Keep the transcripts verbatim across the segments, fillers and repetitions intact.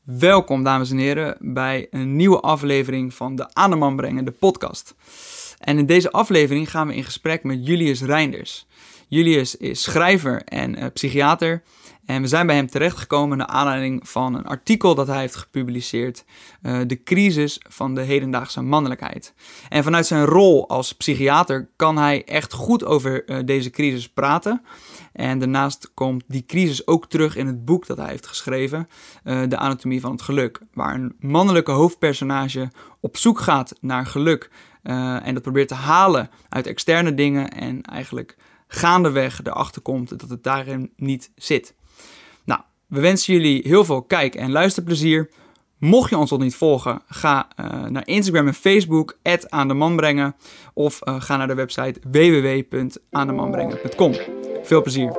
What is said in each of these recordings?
Welkom, dames en heren, bij een nieuwe aflevering van de Aan de Man Brengen, de podcast. En in deze aflevering gaan we in gesprek met Julius Reinders. Julius is schrijver en uh, psychiater. En we zijn bij hem terechtgekomen naar aanleiding van een artikel dat hij heeft gepubliceerd. Uh, de crisis van de hedendaagse mannelijkheid. En vanuit zijn rol als psychiater kan hij echt goed over uh, deze crisis praten. En daarnaast komt die crisis ook terug in het boek dat hij heeft geschreven. Uh, de Anatomie van het Geluk. Waar een mannelijke hoofdpersonage op zoek gaat naar geluk. Uh, en dat probeert te halen uit externe dingen. En eigenlijk gaandeweg erachter komt dat het daarin niet zit. Nou, we wensen jullie heel veel kijk- en luisterplezier. Mocht je ons nog niet volgen, ga uh, naar Instagram en Facebook, at aan de man brengen. Of uh, ga naar de website w w w punt aan de man brengen punt com. Veel plezier.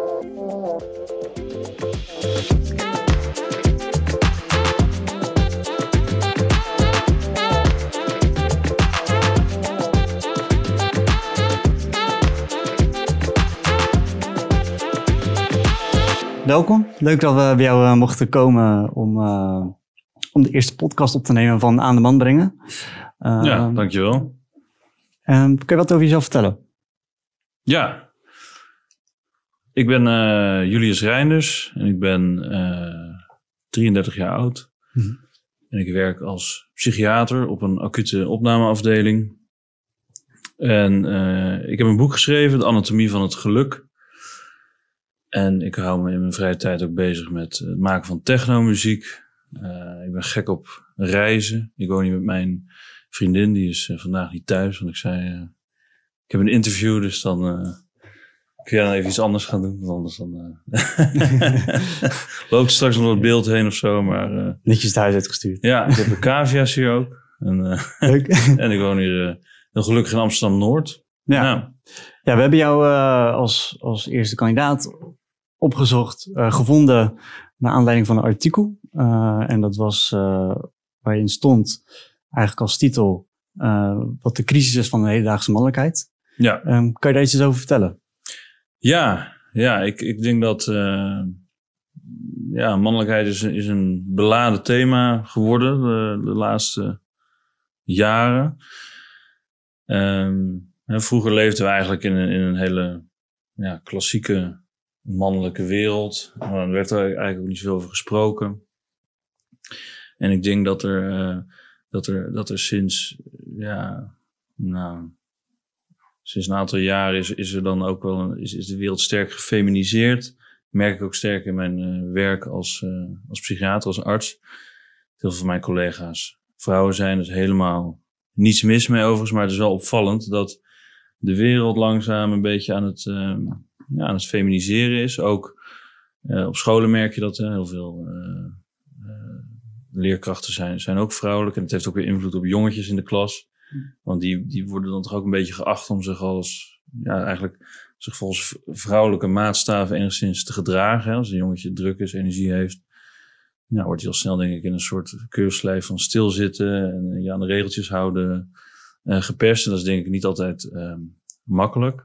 Welkom, leuk dat we bij jou uh, mochten komen om, uh, om de eerste podcast op te nemen van Aan de Man Brengen. Uh, ja, dankjewel. Uh, kun je wat over jezelf vertellen? Ja, ik ben uh, Julius Reinders en ik ben uh, drieëndertig jaar oud. Mm-hmm. En ik werk als psychiater op een acute opnameafdeling. En uh, ik heb een boek geschreven, De Anatomie van het Geluk. En ik hou me in mijn vrije tijd ook bezig met het maken van technomuziek. Uh, ik ben gek op reizen. Ik woon hier met mijn vriendin, die is uh, vandaag niet thuis. Want ik zei, uh, ik heb een interview, dus dan uh, kun jij dan even iets anders gaan doen. Want anders dan uh, loopt straks nog wat beeld heen of zo. Maar, uh, netjes thuis uitgestuurd. Ja, ik heb de cavia's hier ook. En, uh, Leuk. En ik woon hier uh, heel gelukkig in Amsterdam-Noord. Ja. Ja. ja, we hebben jou uh, als, als eerste kandidaat opgezocht, uh, gevonden naar aanleiding van een artikel. Uh, en dat was uh, waarin stond, eigenlijk als titel, uh, wat de crisis is van de hedendaagse mannelijkheid. Ja. Um, kan je daar iets over vertellen? Ja, ja ik, ik denk dat uh, ja, mannelijkheid is, is een beladen thema geworden de, de laatste jaren. Um, vroeger leefden we eigenlijk in een, in een hele ja, klassieke mannelijke wereld. Maar daar werd er eigenlijk ook niet zoveel over gesproken. En ik denk dat er, uh, dat er, dat er sinds, ja, nou, sinds een aantal jaren is, is er dan ook wel een, is, is de wereld sterk gefeminiseerd. Dat merk ik ook sterk in mijn uh, werk als, uh, als psychiater, als arts. Heel veel van mijn collega's vrouwen zijn, dus helemaal niets mis mee overigens, maar het is wel opvallend dat de wereld langzaam een beetje aan het, uh, ja, aan het feminiseren is. Ook uh, op scholen merk je dat uh, heel veel uh, uh, leerkrachten zijn, zijn ook vrouwelijk. En het heeft ook weer invloed op jongetjes in de klas. Want die, die worden dan toch ook een beetje geacht om zich als, ja, eigenlijk zich volgens vrouwelijke maatstaven enigszins te gedragen. Hè. Als een jongetje druk is, energie heeft, nou, wordt hij al snel, denk ik, in een soort keurslijf van stilzitten en je aan de regeltjes houden uh, geperst. En dat is denk ik niet altijd uh, makkelijk.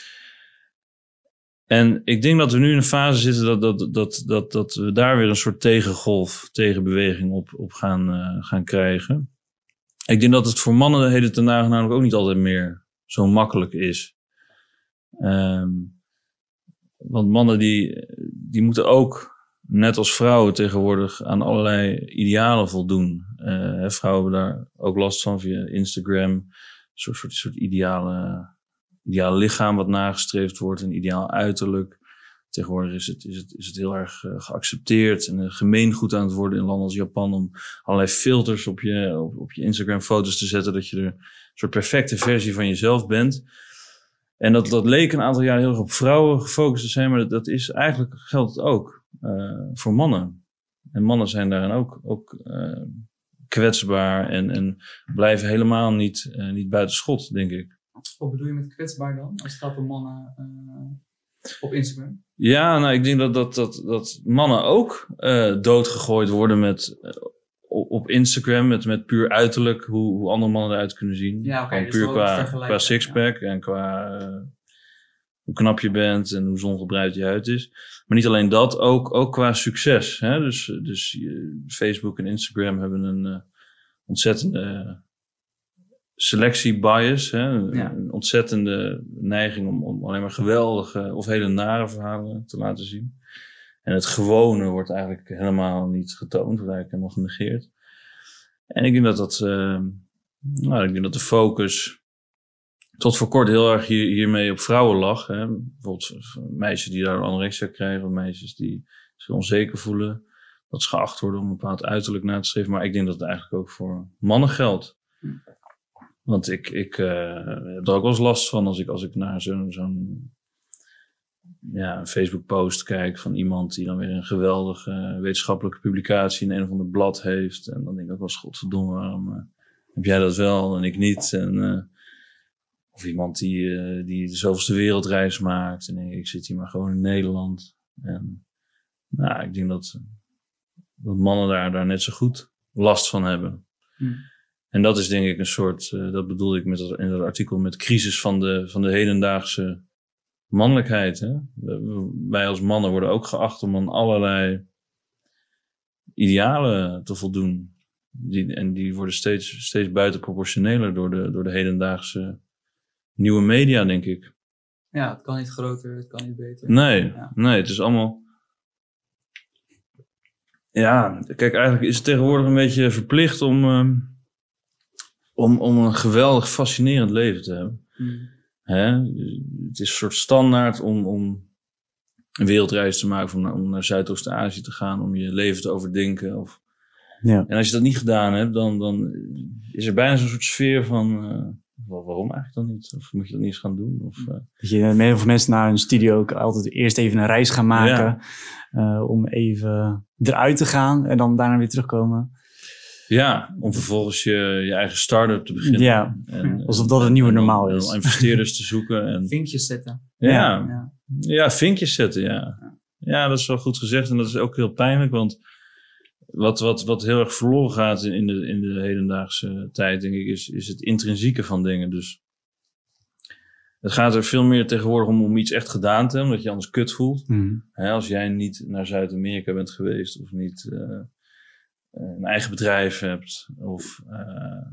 En ik denk dat we nu in een fase zitten dat, dat, dat, dat, dat we daar weer een soort tegengolf, tegenbeweging op, op gaan, uh, gaan krijgen. Ik denk dat het voor mannen de heden ten dagen namelijk ook niet altijd meer zo makkelijk is. Um, want mannen die, die moeten ook, net als vrouwen tegenwoordig, aan allerlei idealen voldoen. Uh, vrouwen hebben daar ook last van via Instagram. Een soort, soort, soort ideale, ideale lichaam wat nagestreefd wordt, een ideaal uiterlijk. Tegenwoordig is het, is het, is het heel erg uh, geaccepteerd en uh, gemeengoed aan het worden in landen als Japan om allerlei filters op je, op, op je Instagram foto's te zetten, dat je er een soort perfecte versie van jezelf bent. En dat, dat leek een aantal jaar heel erg op vrouwen gefocust te zijn, maar dat, dat is eigenlijk, geldt het ook uh, voor mannen. En mannen zijn daarin ook, ook uh, kwetsbaar en, en blijven helemaal niet, uh, niet buiten schot, denk ik. Wat bedoel je met kwetsbaar dan, als het gaat om mannen uh, op Instagram? Ja, nou, ik denk dat, dat, dat, dat mannen ook uh, doodgegooid worden met, uh, op Instagram met, met puur uiterlijk, hoe, hoe andere mannen eruit kunnen zien. Ja, oké. Okay, puur qua, qua sixpack ja. en qua, uh, hoe knap je bent en hoe zongebruikt je huid is. Maar niet alleen dat, ook, ook qua succes. Hè? Dus, dus Facebook en Instagram hebben een uh, ontzettende selectie bias. Hè? Ja. Een ontzettende neiging om, om alleen maar geweldige of hele nare verhalen te laten zien. En het gewone wordt eigenlijk helemaal niet getoond, wordt eigenlijk helemaal genegeerd. En ik denk dat dat, uh, nou, ik denk dat de focus tot voor kort heel erg hier, hiermee op vrouwen lag. Hè? Bijvoorbeeld meisjes die daar anorexia krijgen, of meisjes die zich onzeker voelen. Dat ze geacht worden om een bepaald uiterlijk na te streven. Maar ik denk dat het eigenlijk ook voor mannen geldt. Want ik, ik uh, heb er ook wel eens last van als ik, als ik naar zo'n, zo'n ja, een Facebook-post kijk van iemand die dan weer een geweldige wetenschappelijke publicatie in een of ander blad heeft. En dan denk ik ook wel eens, godverdomme, waarom uh, heb jij dat wel en ik niet? En, uh, of iemand die, uh, die de zoveelste wereldreis maakt. En ik, ik zit hier maar gewoon in Nederland. En nou, ik denk dat, dat mannen daar, daar net zo goed last van hebben. Hmm. En dat is denk ik een soort, uh, dat bedoelde ik met dat, in dat artikel, met crisis van de, van de hedendaagse mannelijkheid. Hè? Wij als mannen worden ook geacht om aan allerlei idealen te voldoen. Die, en die worden steeds, steeds buitenproportioneler door de, door de hedendaagse nieuwe media, denk ik. Ja, het kan niet groter, het kan niet beter. Nee, ja. nee, het is allemaal... Ja, kijk, eigenlijk is het tegenwoordig een beetje verplicht om, um, om, om een geweldig fascinerend leven te hebben. Hmm. Hè? Het is een soort standaard om, om een wereldreis te maken, om naar, om naar Zuidoost-Azië te gaan, om je leven te overdenken. Of... Ja. En als je dat niet gedaan hebt, dan, dan is er bijna zo'n soort sfeer van, uh, waarom eigenlijk dan niet? Of moet je dat niet eens gaan doen? Of, uh... Dat je met heel veel mensen naar een studio ook altijd eerst even een reis gaan maken, ja. uh, om even eruit te gaan en dan daarna weer terugkomen. Ja, om vervolgens je, je eigen start-up te beginnen. Ja, en, alsof dat het nieuwe en, normaal en, is. En investeerders te zoeken. En, vinkjes zetten. Ja, ja. ja. ja, vinkjes zetten, ja. Ja, dat is wel goed gezegd en dat is ook heel pijnlijk, want wat, wat, wat heel erg verloren gaat in de, in de hedendaagse tijd, denk ik, is, is het intrinsieke van dingen. Dus het gaat er veel meer tegenwoordig om om iets echt gedaan te hebben, omdat je anders kut voelt. Mm. Hè, als jij niet naar Zuid-Amerika bent geweest of niet uh, een eigen bedrijf hebt of uh,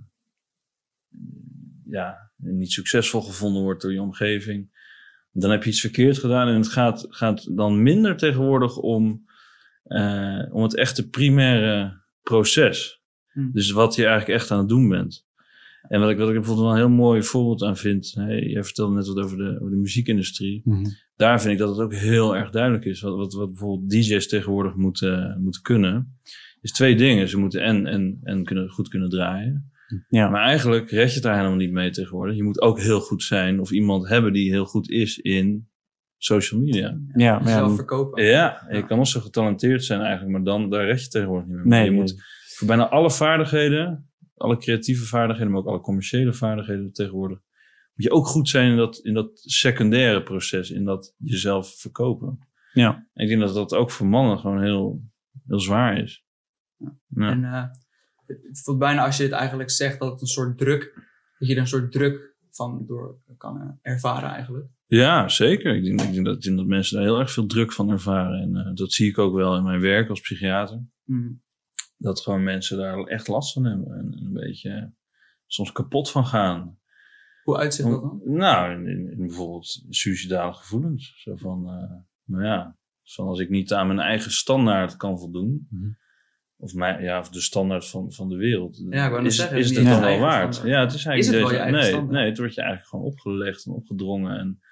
ja, niet succesvol gevonden wordt door je omgeving, dan heb je iets verkeerd gedaan. En het gaat, gaat dan minder tegenwoordig om, uh, om het echte primaire proces. Hmm. Dus wat je eigenlijk echt aan het doen bent. En wat ik, wat ik bijvoorbeeld wel een heel mooi voorbeeld aan vind. Hey, jij vertelde net wat over de, over de muziekindustrie. Mm-hmm. Daar vind ik dat het ook heel erg duidelijk is. Wat, wat, wat bijvoorbeeld D J's tegenwoordig moeten, moeten kunnen. Is twee dingen. Ze moeten en, en, en kunnen, goed kunnen draaien. Ja. Maar eigenlijk red je het daar helemaal niet mee tegenwoordig. Je moet ook heel goed zijn of iemand hebben die heel goed is in social media. Ja, maar zelf ja, verkopen. Ja, je kan nog zo getalenteerd zijn eigenlijk, maar dan daar red je tegenwoordig niet meer mee. Nee, je nee. moet voor bijna alle vaardigheden, alle creatieve vaardigheden, maar ook alle commerciële vaardigheden tegenwoordig, moet je ook goed zijn in dat, in dat secundaire proces, in dat jezelf verkopen. Ja. En ik denk dat dat ook voor mannen gewoon heel, heel zwaar is. Ja. En uh, het voelt bijna als je dit eigenlijk zegt dat het een soort druk, dat je er een soort druk van door kan uh, ervaren eigenlijk. Ja, zeker. Ik denk, ik, denk dat, ik denk dat mensen daar heel erg veel druk van ervaren. En uh, dat zie ik ook wel in mijn werk als psychiater. Mm. Dat gewoon mensen daar echt last van hebben. En een beetje uh, soms kapot van gaan. Hoe uitziet dat dan? Nou, in, in, in bijvoorbeeld suïcidale gevoelens. Zo van, uh, nou ja, van als ik niet aan mijn eigen standaard kan voldoen. Mm-hmm. Of, mijn, ja, of de standaard van, van de wereld. Ja, ik wou net is, zeggen, is het het niet dan je wel eigen waard? standaard. Ja, het is eigenlijk Is het deze, wel je eigen nee, standaard? nee, het wordt je eigenlijk gewoon opgelegd en opgedrongen. En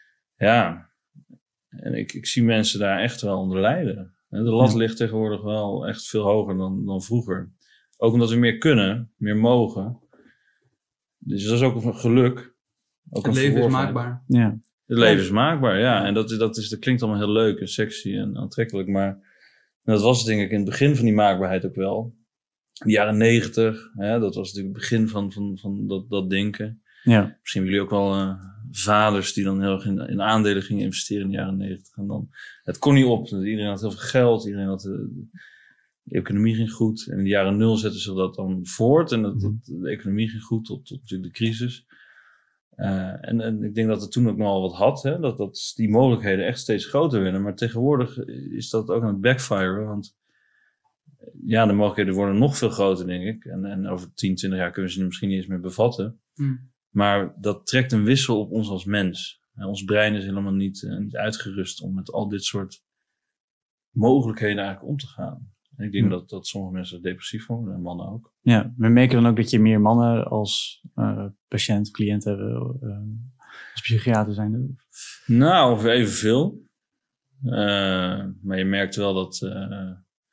ja, en ik, ik zie mensen daar echt wel onder lijden. De lat Ja. ligt tegenwoordig wel echt veel hoger dan, dan vroeger. Ook omdat we meer kunnen, meer mogen. Dus dat is ook een geluk. Ook Het een leven is verworvenheid. maakbaar. ja. Het leven is maakbaar, ja. En dat, is, dat, is, dat klinkt allemaal heel leuk en sexy en aantrekkelijk. Maar dat was denk ik in het begin van die maakbaarheid ook wel. In de jaren negentig, hè, dat was natuurlijk het begin van, van, van dat, dat denken. Ja. Misschien hebben jullie ook wel uh, vaders die dan heel erg in, in aandelen gingen investeren in de jaren negentig. En dan, het kon niet op. Iedereen had heel veel geld, iedereen had... Uh, de economie ging goed. En in de jaren nul zetten ze dat dan voort. En dat, dat, de economie ging goed tot, tot natuurlijk de crisis. Uh, en, en ik denk dat het toen ook nogal wat had. Hè? Dat, dat die mogelijkheden echt steeds groter werden. Maar tegenwoordig is dat ook aan het backfiren. Want ja, de mogelijkheden worden nog veel groter, denk ik. En, en over tien, twintig jaar kunnen we ze misschien niet eens meer bevatten. Hmm. Maar dat trekt een wissel op ons als mens. En ons brein is helemaal niet, uh, niet uitgerust om met al dit soort mogelijkheden eigenlijk om te gaan. En ik denk hmm. dat, dat sommige mensen depressief worden, en mannen ook. Ja, we merken dan ook dat je meer mannen als uh, patiënt, cliënt hebben, uh, als psychiater zijn. Nou, ongeveer evenveel. Uh, maar je merkt wel dat... Uh,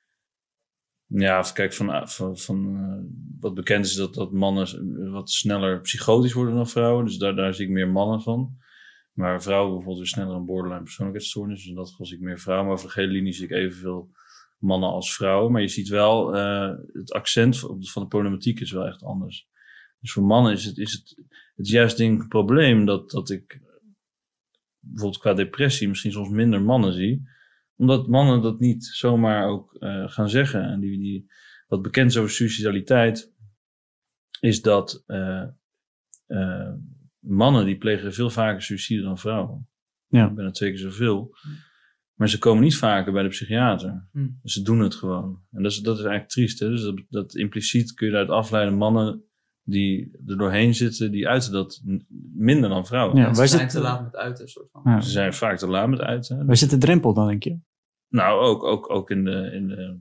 ja, als kijk van, van, van uh, wat bekend is dat, dat mannen wat sneller psychotisch worden dan vrouwen. Dus daar, daar zie ik meer mannen van. Maar vrouwen bijvoorbeeld weer sneller een borderline persoonlijkheidsstoornis. Dus in dat geval zie ik meer vrouwen. Maar over de hele linie zie ik evenveel mannen als vrouwen. Maar je ziet wel, uh, het accent van de problematiek is wel echt anders. Dus voor mannen is het, is het, het is juist denk ik een probleem dat, dat ik bijvoorbeeld qua depressie misschien soms minder mannen zie. Omdat mannen dat niet zomaar ook uh, gaan zeggen. En die, die, wat bekend is over suicidaliteit is dat uh, uh, mannen die plegen veel vaker suïcide dan vrouwen. Ja. Ik ben het twee keer zoveel. Maar ze komen niet vaker bij de psychiater. Hmm. Ze doen het gewoon. En dat is, dat is eigenlijk triest. Hè? Dus dat, dat impliciet kun je daaruit afleiden. Mannen die er doorheen zitten, die uiten dat minder dan vrouwen. Ja, ze zijn te laat met uiten. Soort van. Ja. Ze zijn vaak te laat met uiten. Waar zit de drempel dan, denk je? Nou, ook, ook, ook in de... In de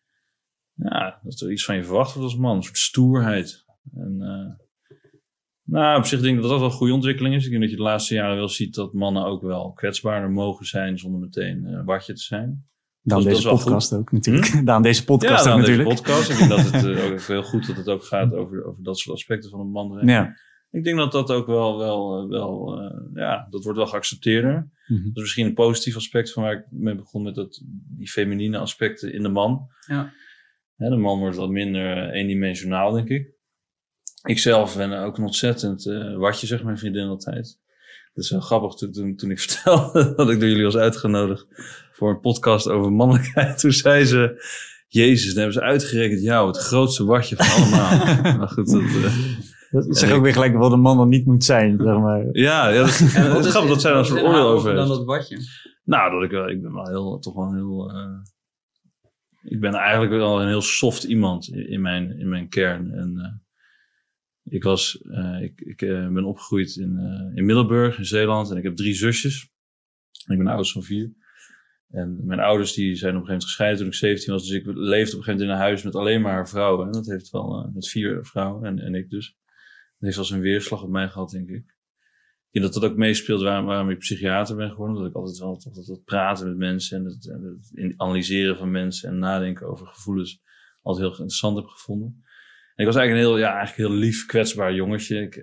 ja, dat er iets van je verwacht wordt als man. Een soort stoerheid. En... Uh, Nou, op zich denk ik dat dat wel een goede ontwikkeling is. Ik denk dat je de laatste jaren wel ziet dat mannen ook wel kwetsbaarder mogen zijn zonder meteen uh, watje te zijn. Dan dus deze podcast goed. Ook natuurlijk. Hm? Dan deze podcast ja, ook dan natuurlijk. Deze podcast. Ik denk dat het uh, ook heel goed dat het ook gaat over, over dat soort aspecten van een man. Ja. Ik denk dat dat ook wel, wel, wel uh, ja, dat wordt wel geaccepteerder. Mm-hmm. Dat is misschien een positief aspect van waar ik mee begon met dat, die feminine aspecten in de man. Ja. Ja, de man wordt wat minder uh, eendimensionaal, denk ik. Ik zelf ben ook een ontzettend uh, watje, zegt mijn vriendin altijd. Dat is wel grappig, toen, toen, toen ik vertelde dat ik door jullie was uitgenodigd voor een podcast over mannelijkheid. Toen zei ze, Jezus, dan hebben ze uitgerekend jou, het grootste watje van allemaal. Maar goed, dat... Uh, dat zeg ook weer gelijk wat een man dan niet moet zijn, zeg maar. Ja, ja dat, en dat is grappig dat zij daar een soort oordeel over heeft. Dan dat watje? Nou, dat ik, uh, ik ben wel heel, toch wel een heel... Uh, ik ben eigenlijk wel een heel soft iemand in, in, mijn, in mijn kern. En... Uh, Ik, was, uh, ik, ik uh, ben opgegroeid in, uh, in Middelburg, in Zeeland. En ik heb drie zusjes. Ik ben de oudste van vier. En mijn ouders die zijn op een gegeven moment gescheiden toen ik zeventien was. Dus ik leefde op een gegeven moment in een huis met alleen maar vrouwen. En dat heeft wel uh, met vier vrouwen en, en ik dus. Dat heeft wel zijn weerslag op mij gehad, denk ik. Ik denk dat dat ook meespeelt waarom, waarom ik psychiater ben geworden. Dat ik altijd wel dat, dat praten met mensen en het, en het analyseren van mensen en nadenken over gevoelens altijd heel interessant heb gevonden. En ik was eigenlijk een heel, ja, eigenlijk heel lief, kwetsbaar jongetje. Ik uh,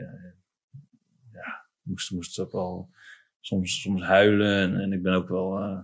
ja, moest, moest ook wel soms, soms huilen. En, en ik ben ook wel... Uh,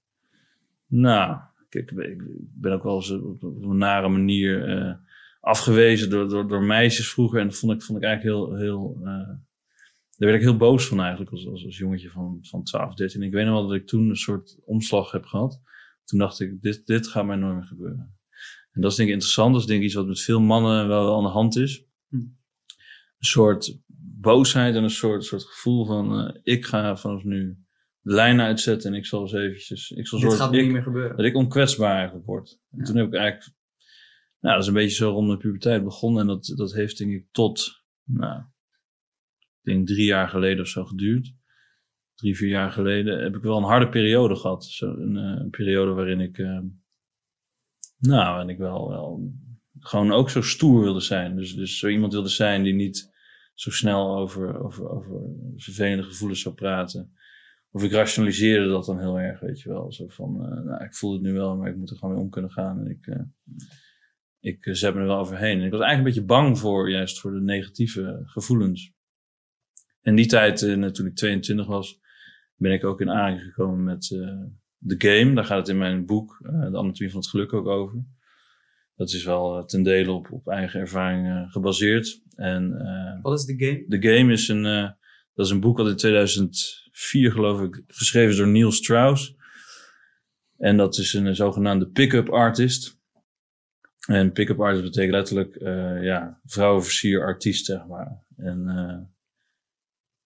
nou, ik, ik, ik ben ook wel eens op, op een nare manier uh, afgewezen door, door, door meisjes vroeger. En dat vond ik, vond ik eigenlijk heel... heel uh, daar werd ik heel boos van eigenlijk als, als, als jongetje van, van twaalf, dertien. Ik weet nog wel dat ik toen een soort omslag heb gehad. Toen dacht ik, dit, dit gaat mij nooit meer gebeuren. En dat is denk ik interessant. Dat is denk ik iets wat met veel mannen wel, wel aan de hand is. Hm. Een soort boosheid en een soort, soort gevoel van... Uh, ik ga vanaf nu de lijn uitzetten en ik zal eens eventjes... Ik zal Dit zorgen gaat dat niet ik, meer gebeuren. Dat ik onkwetsbaar eigenlijk word. En ja. Toen heb ik eigenlijk... Nou, dat is een beetje zo rond de puberteit begonnen. En dat, dat heeft denk ik tot... Nou, ik denk drie jaar geleden of zo geduurd. Drie, vier jaar geleden heb ik wel een harde periode gehad. Zo een, uh, een periode waarin ik... Uh, Nou, en ik wel, wel gewoon ook zo stoer wilde zijn. Dus, dus zo iemand wilde zijn die niet zo snel over, over, over vervelende gevoelens zou praten. Of ik rationaliseerde dat dan heel erg, weet je wel. Zo van, uh, nou, ik voel het nu wel, maar ik moet er gewoon mee om kunnen gaan. En ik, uh, ik uh, zet me er wel overheen. En ik was eigenlijk een beetje bang voor, juist voor de negatieve gevoelens. En die tijd, uh, toen ik tweeëntwintig was, ben ik ook in aanraking gekomen met... Uh, The Game, daar gaat het in mijn boek, uh, De Anatomie van het Geluk, ook over. Dat is wel uh, ten dele op, op eigen ervaring uh, gebaseerd. En, uh, Wat is The Game? The Game is een, uh, dat is een boek dat in tweeduizend vier, geloof ik, geschreven is door Neil Strauss. En dat is een, een zogenaamde pick-up artist. En pick-up artist betekent letterlijk, uh, ja, vrouwenversier artiest, zeg maar. En uh,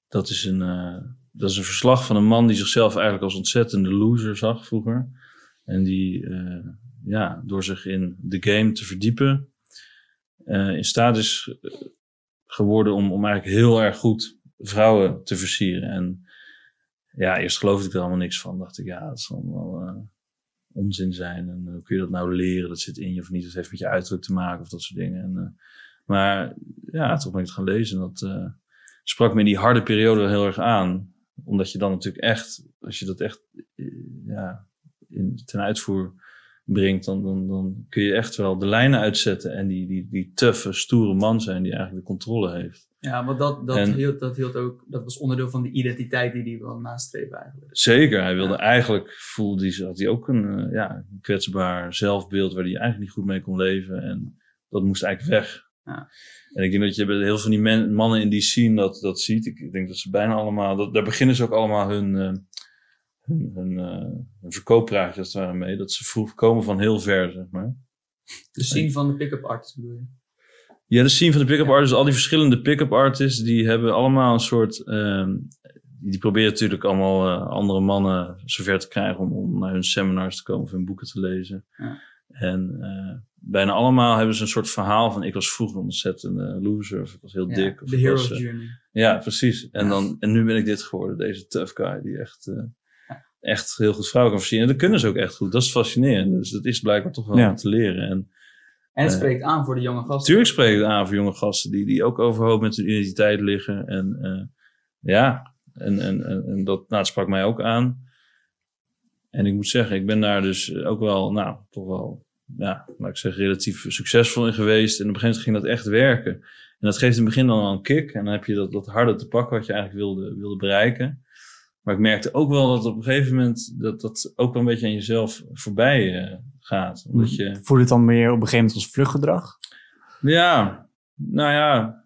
dat is een, uh, dat is een verslag van een man die zichzelf eigenlijk als ontzettende loser zag vroeger. En die uh, ja, door zich in de game te verdiepen uh, in staat is geworden om, om eigenlijk heel erg goed vrouwen te versieren. En ja, eerst geloofde ik er allemaal niks van. Dacht ik, ja, dat zal wel uh, onzin zijn. En hoe kun je dat nou leren? Dat zit in je of niet? Dat heeft met je uiterlijk te maken of dat soort dingen. En, uh, maar ja, toen ben ik het gaan lezen. Dat uh, sprak me in die harde periode heel erg aan. Omdat je dan natuurlijk echt, als je dat echt ja, in, ten uitvoer brengt, dan, dan, dan kun je echt wel de lijnen uitzetten. En die, die, die tuffe, stoere man zijn die eigenlijk de controle heeft. Ja, maar dat, dat, en, hield, dat hield ook, dat was onderdeel van de identiteit die hij wil nastreven eigenlijk. Zeker, hij wilde ja. eigenlijk, voelde hij, had hij ook een uh, ja, kwetsbaar zelfbeeld waar hij eigenlijk niet goed mee kon leven. En dat moest eigenlijk weg. Ja. En ik denk dat je bij heel veel van die men, mannen in die scene dat, dat ziet. Ik, ik denk dat ze bijna allemaal, dat, daar beginnen ze ook allemaal hun, uh, hun, hun, uh, hun verkooppraatje als het ware mee. Dat ze vroeg komen van heel ver, zeg maar. De scene van de pick-up artist bedoel je? Ja, de scene van de pick-up artists, al die verschillende pick-up artists, die hebben allemaal een soort, um, die proberen natuurlijk allemaal uh, andere mannen zover te krijgen om, om naar hun seminars te komen of hun boeken te lezen. Ja. En uh, bijna allemaal hebben ze een soort verhaal van, ik was vroeger een ontzettende loser, of ik was heel ja, dik. Of de hero's was, uh, journey. Ja, precies. En, ja. dan, en nu ben ik dit geworden, deze tough guy, die echt, uh, ja. echt heel goed vrouwen kan versieren. En dat kunnen ze ook echt goed, dat is fascinerend. Dus dat is blijkbaar toch wel ja. te leren. En, En het spreekt aan voor de jonge gasten. Tuurlijk spreekt het aan voor jonge gasten die, die ook overhoop met hun identiteit liggen. En uh, ja, en, en, en, en dat, nou, het sprak mij ook aan. En ik moet zeggen, ik ben daar dus ook wel, nou, toch wel, ja, laat ik zeggen, relatief succesvol in geweest. En op een gegeven moment ging dat echt werken. En dat geeft in het begin dan al een kick. En dan heb je dat, dat harde te pakken wat je eigenlijk wilde, wilde bereiken. Maar ik merkte ook wel dat op een gegeven moment dat dat ook wel een beetje aan jezelf voorbij uh, gaat. Omdat je... Voel je het dan meer op een gegeven moment als vluchtgedrag? Ja, nou ja.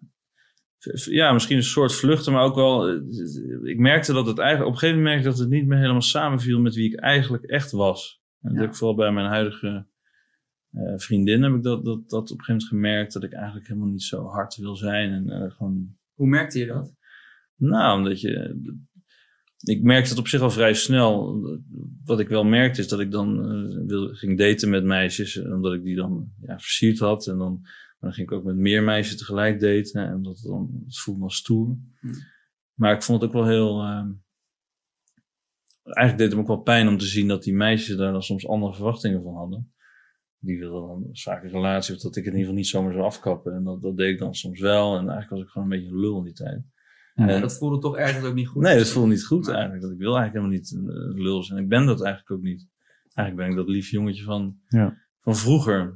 Ja, misschien een soort vluchten, maar ook wel... Ik merkte dat het eigenlijk... Op een gegeven moment merkte ik dat het niet meer helemaal samenviel met wie ik eigenlijk echt was. En dat ja. heb ik vooral bij mijn huidige uh, vriendin heb ik dat, dat, dat op een gegeven moment gemerkt. Dat ik eigenlijk helemaal niet zo hard wil zijn. En, uh, gewoon... Hoe merkte je dat? Nou, omdat je... Ik merkte het op zich al vrij snel. Wat ik wel merkte is dat ik dan uh, wil, ging daten met meisjes. Omdat ik die dan ja, versierd had. En dan, maar dan ging ik ook met meer meisjes tegelijk daten. En dat, dan, dat voelde dan stoer. Hmm. Maar ik vond het ook wel heel... Uh, eigenlijk deed het me ook wel pijn om te zien dat die meisjes daar dan soms andere verwachtingen van hadden. Die wilden dan vaak een relatie. Of dat ik het in ieder geval niet zomaar zou afkappen. En dat, dat deed ik dan soms wel. En eigenlijk was ik gewoon een beetje een lul in die tijd. Ja, en dat voelde toch ergens ook niet goed? Nee, dat voelde niet goed maar... eigenlijk. Dat ik wil eigenlijk helemaal niet uh, lul zijn. Ik ben dat eigenlijk ook niet. Eigenlijk ben ik dat lief jongetje van, ja. van vroeger.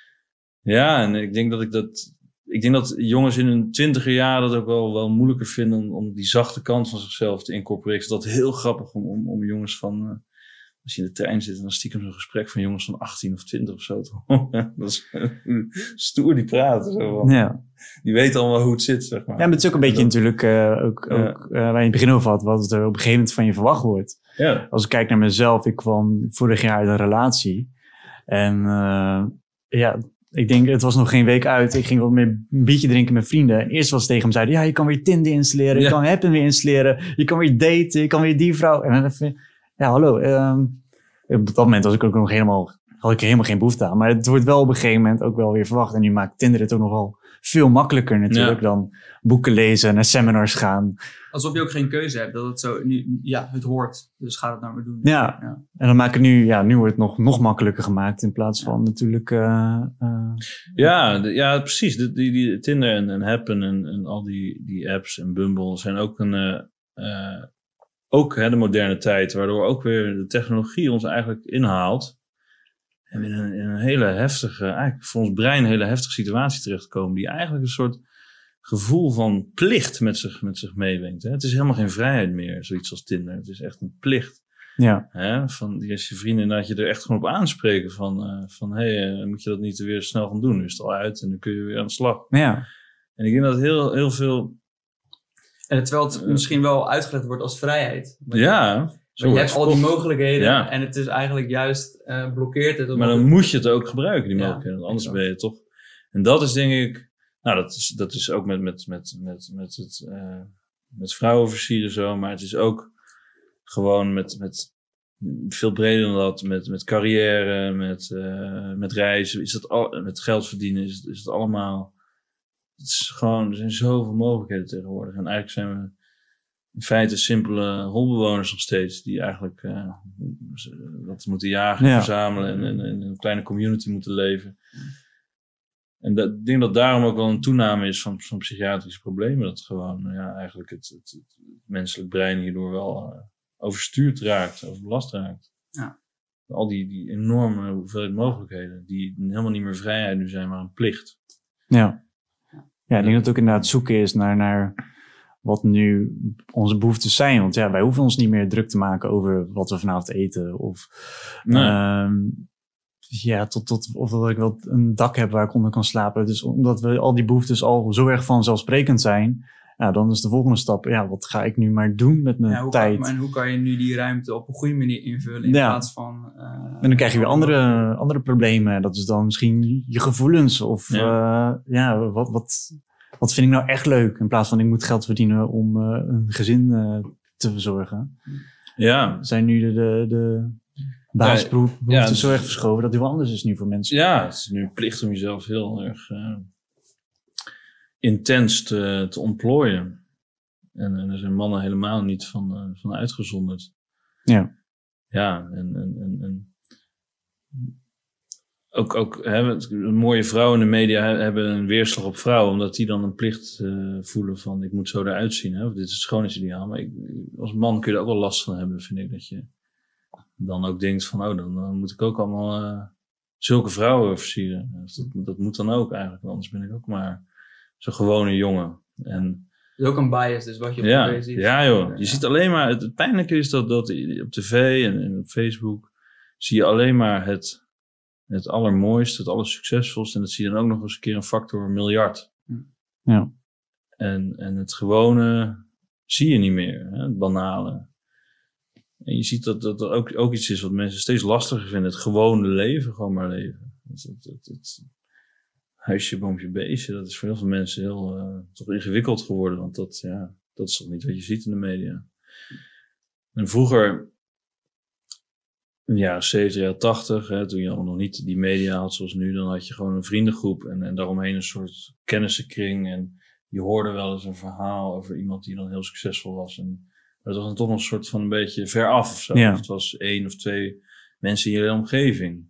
Ja, en ik denk dat ik dat... Ik denk dat jongens in hun twintiger jaren dat ook wel, wel moeilijker vinden om, om die zachte kant van zichzelf te incorporeren. Dat is heel grappig om, om, om jongens van... Uh, als je in de trein zit en dan stiekem zo'n gesprek van jongens van achttien of twintig of zo. Dat is uh, stoer die praten. Zo van. Ja. Die weten allemaal hoe het zit, zeg maar. Ja, maar het is ook een beetje dat, natuurlijk, uh, ook, ja. ook uh, waar je in het begin over had, wat er op een gegeven moment van je verwacht wordt. Ja. Als ik kijk naar mezelf, ik kwam vorig jaar uit een relatie. En uh, ja, ik denk, het was nog geen week uit. Ik ging wat meer een biertje drinken met vrienden. En eerst was het tegen hem zeiden, ja, je kan weer Tinder installeren, ja. je kan Happn weer installeren, je kan weer daten, je kan weer die vrouw. En dan even, ja, hallo. Um, op dat moment was ik ook nog helemaal, had ik er helemaal geen behoefte aan. Maar het wordt wel op een gegeven moment ook wel weer verwacht. En nu maakt Tinder het ook nogal veel makkelijker natuurlijk ja. dan boeken lezen, naar seminars gaan. Alsof je ook geen keuze hebt, dat het zo, nu, ja, het hoort. Dus ga het nou maar doen. Ja, ja. En dan maak ik nu, ja, nu wordt het nog, nog makkelijker gemaakt in plaats van ja. natuurlijk... Uh, uh, ja, de, ja, precies. De, die, die Tinder en, en Happn en, en al die, die apps en Bumble zijn ook een... Uh, uh, ook hè, de moderne tijd, waardoor ook weer de technologie ons eigenlijk inhaalt. En we in een, in een hele heftige, eigenlijk voor ons brein een hele heftige situatie terechtkomen, die eigenlijk een soort gevoel van plicht met zich, met zich meebrengt. Hè. Het is helemaal geen vrijheid meer, zoiets als Tinder. Het is echt een plicht. Ja. Hè, van die als je vrienden, dat je er echt gewoon op aanspreken van, uh, van hé, hey, uh, moet je dat niet weer snel gaan doen? Nu is het al uit en dan kun je weer aan de slag. Ja. En ik denk dat heel, heel veel... En terwijl het misschien wel uitgelegd wordt als vrijheid. Ja. Je hebt al die mogelijkheden ja. en het is eigenlijk juist uh, blokkeert het. Maar dan het... moet je het ook gebruiken, die mogelijkheden. Ja, anders ben je toch... En dat is denk ik... Nou, dat is, dat is ook met, met, met, met, met het... Uh, met vrouwen versieren zo, maar het is ook gewoon met, met veel breder dan dat, met, met carrière, met, uh, met reizen, is dat al, met geld verdienen, is, is het allemaal, het is gewoon, er zijn zoveel mogelijkheden tegenwoordig. En eigenlijk zijn we in feite simpele holbewoners nog steeds, die eigenlijk uh, wat moeten jagen, ja. verzamelen en, en, en in een kleine community moeten leven. En dat, ik denk dat daarom ook wel een toename is van, van psychiatrische problemen. Dat gewoon ja, eigenlijk het, het, het menselijk brein hierdoor wel uh, overstuurd raakt, overbelast raakt. Ja. Al die, die enorme hoeveelheid mogelijkheden, die helemaal niet meer vrijheid nu zijn, maar een plicht. Ja, ja ik denk dat het ook inderdaad zoeken is naar, naar wat nu onze behoeftes zijn. Want ja, wij hoeven ons niet meer druk te maken over wat we vanavond eten. Of nee. um, ja, tot, tot of dat ik wel een dak heb waar ik onder kan slapen. Dus omdat we al die behoeftes al zo erg vanzelfsprekend zijn, ja, dan is de volgende stap, ja, wat ga ik nu maar doen met mijn ja, hoe tijd? Kan, en hoe kan je nu die ruimte op een goede manier invullen in ja. plaats van... Uh, en dan krijg je weer andere, andere problemen. Dat is dan misschien je gevoelens of ja, uh, ja wat, wat, wat vind ik nou echt leuk? In plaats van ik moet geld verdienen om uh, een gezin uh, te verzorgen. Ja. Zijn nu de... de, de basisbehoefte ja, ja, zo erg verschoven dat het wel anders is nu voor mensen. Ja, het is nu een plicht om jezelf heel erg uh, intens te, te ontplooien. En, en er zijn mannen helemaal niet van, uh, van uitgezonderd. Ja. Ja, en, en, en, en ook, ook hè, mooie vrouwen in de media hebben een weerslag op vrouwen, omdat die dan een plicht uh, voelen van ik moet zo eruit zien. Hè, of dit is het schoonheidsideaal. Maar ik, als man kun je er ook wel last van hebben, vind ik, dat je dan ook denkt van, oh, dan, dan moet ik ook allemaal uh, zulke vrouwen versieren. Dus dat, dat moet dan ook eigenlijk, anders ben ik ook maar zo'n gewone jongen. En, dat is ook een bias, dus wat je op ja, tv ziet. Ja joh, je ja. ziet alleen maar, het, het pijnlijke is dat, dat op tv en, en op Facebook zie je alleen maar het, het allermooiste, het allersuccesvolste. En dat zie je dan ook nog eens een keer een factor miljard. Ja. En, en het gewone zie je niet meer, hè, het banale. En je ziet dat dat ook, ook iets is wat mensen steeds lastiger vinden. Het gewone leven, gewoon maar leven. Het, het, het, het huisje, boompje, beestje, dat is voor heel veel mensen heel uh, toch ingewikkeld geworden. Want dat, ja, dat is toch niet wat je ziet in de media. En vroeger, in de jaren zeventig, jaren tachtig, hè, toen je allemaal nog niet die media had zoals nu, dan had je gewoon een vriendengroep en, en daaromheen een soort kennissenkring. En je hoorde wel eens een verhaal over iemand die dan heel succesvol was. En dat was dan toch nog een soort van een beetje ver af of zo. Ja. Het was één of twee mensen in je hele omgeving.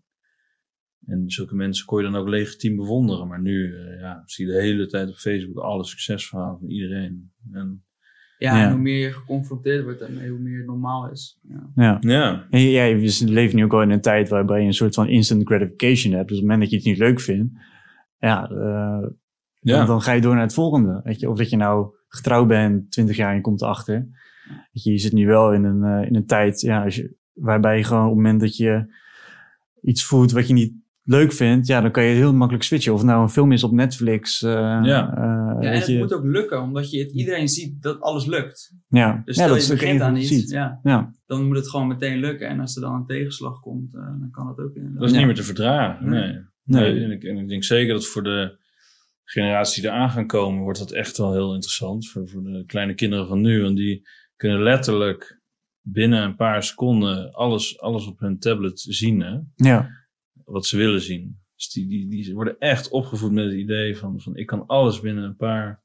En zulke mensen kon je dan ook legitiem bewonderen. Maar nu uh, ja, zie je de hele tijd op Facebook alle succesverhalen van iedereen. En, ja, ja, en hoe meer je geconfronteerd wordt daarmee, hoe meer het normaal is. Ja. Ja. Ja. En ja, je leeft nu ook al in een tijd waarbij je een soort van instant gratification hebt. Dus op het moment dat je het niet leuk vindt, ja, uh, ja. Dan, dan ga je door naar het volgende. Weet je? Of dat je nou getrouwd bent, twintig jaar en je komt erachter. Weet je, je zit nu wel in een, uh, in een tijd ja, als je, waarbij je gewoon op het moment dat je iets voelt wat je niet leuk vindt, ja, dan kan je heel makkelijk switchen. Of het nou een film is op Netflix. Uh, ja. Uh, ja, en het je... moet ook lukken, omdat je het, iedereen ziet dat alles lukt. Ja. Dus ja, stel dat je begint aan iets, ja, ja. dan moet het gewoon meteen lukken. En als er dan een tegenslag komt, uh, dan kan het ook inderdaad. Dat is ja. niet meer te verdragen, nee. nee. nee. nee en, ik, en ik denk zeker dat voor de generatie die eraan gaan komen, wordt dat echt wel heel interessant. Voor, voor de kleine kinderen van nu, want die kunnen letterlijk binnen een paar seconden alles, alles op hun tablet zien, hè? Ja. Wat ze willen zien. Dus die, die, die worden echt opgevoed met het idee van, van ik kan alles binnen een paar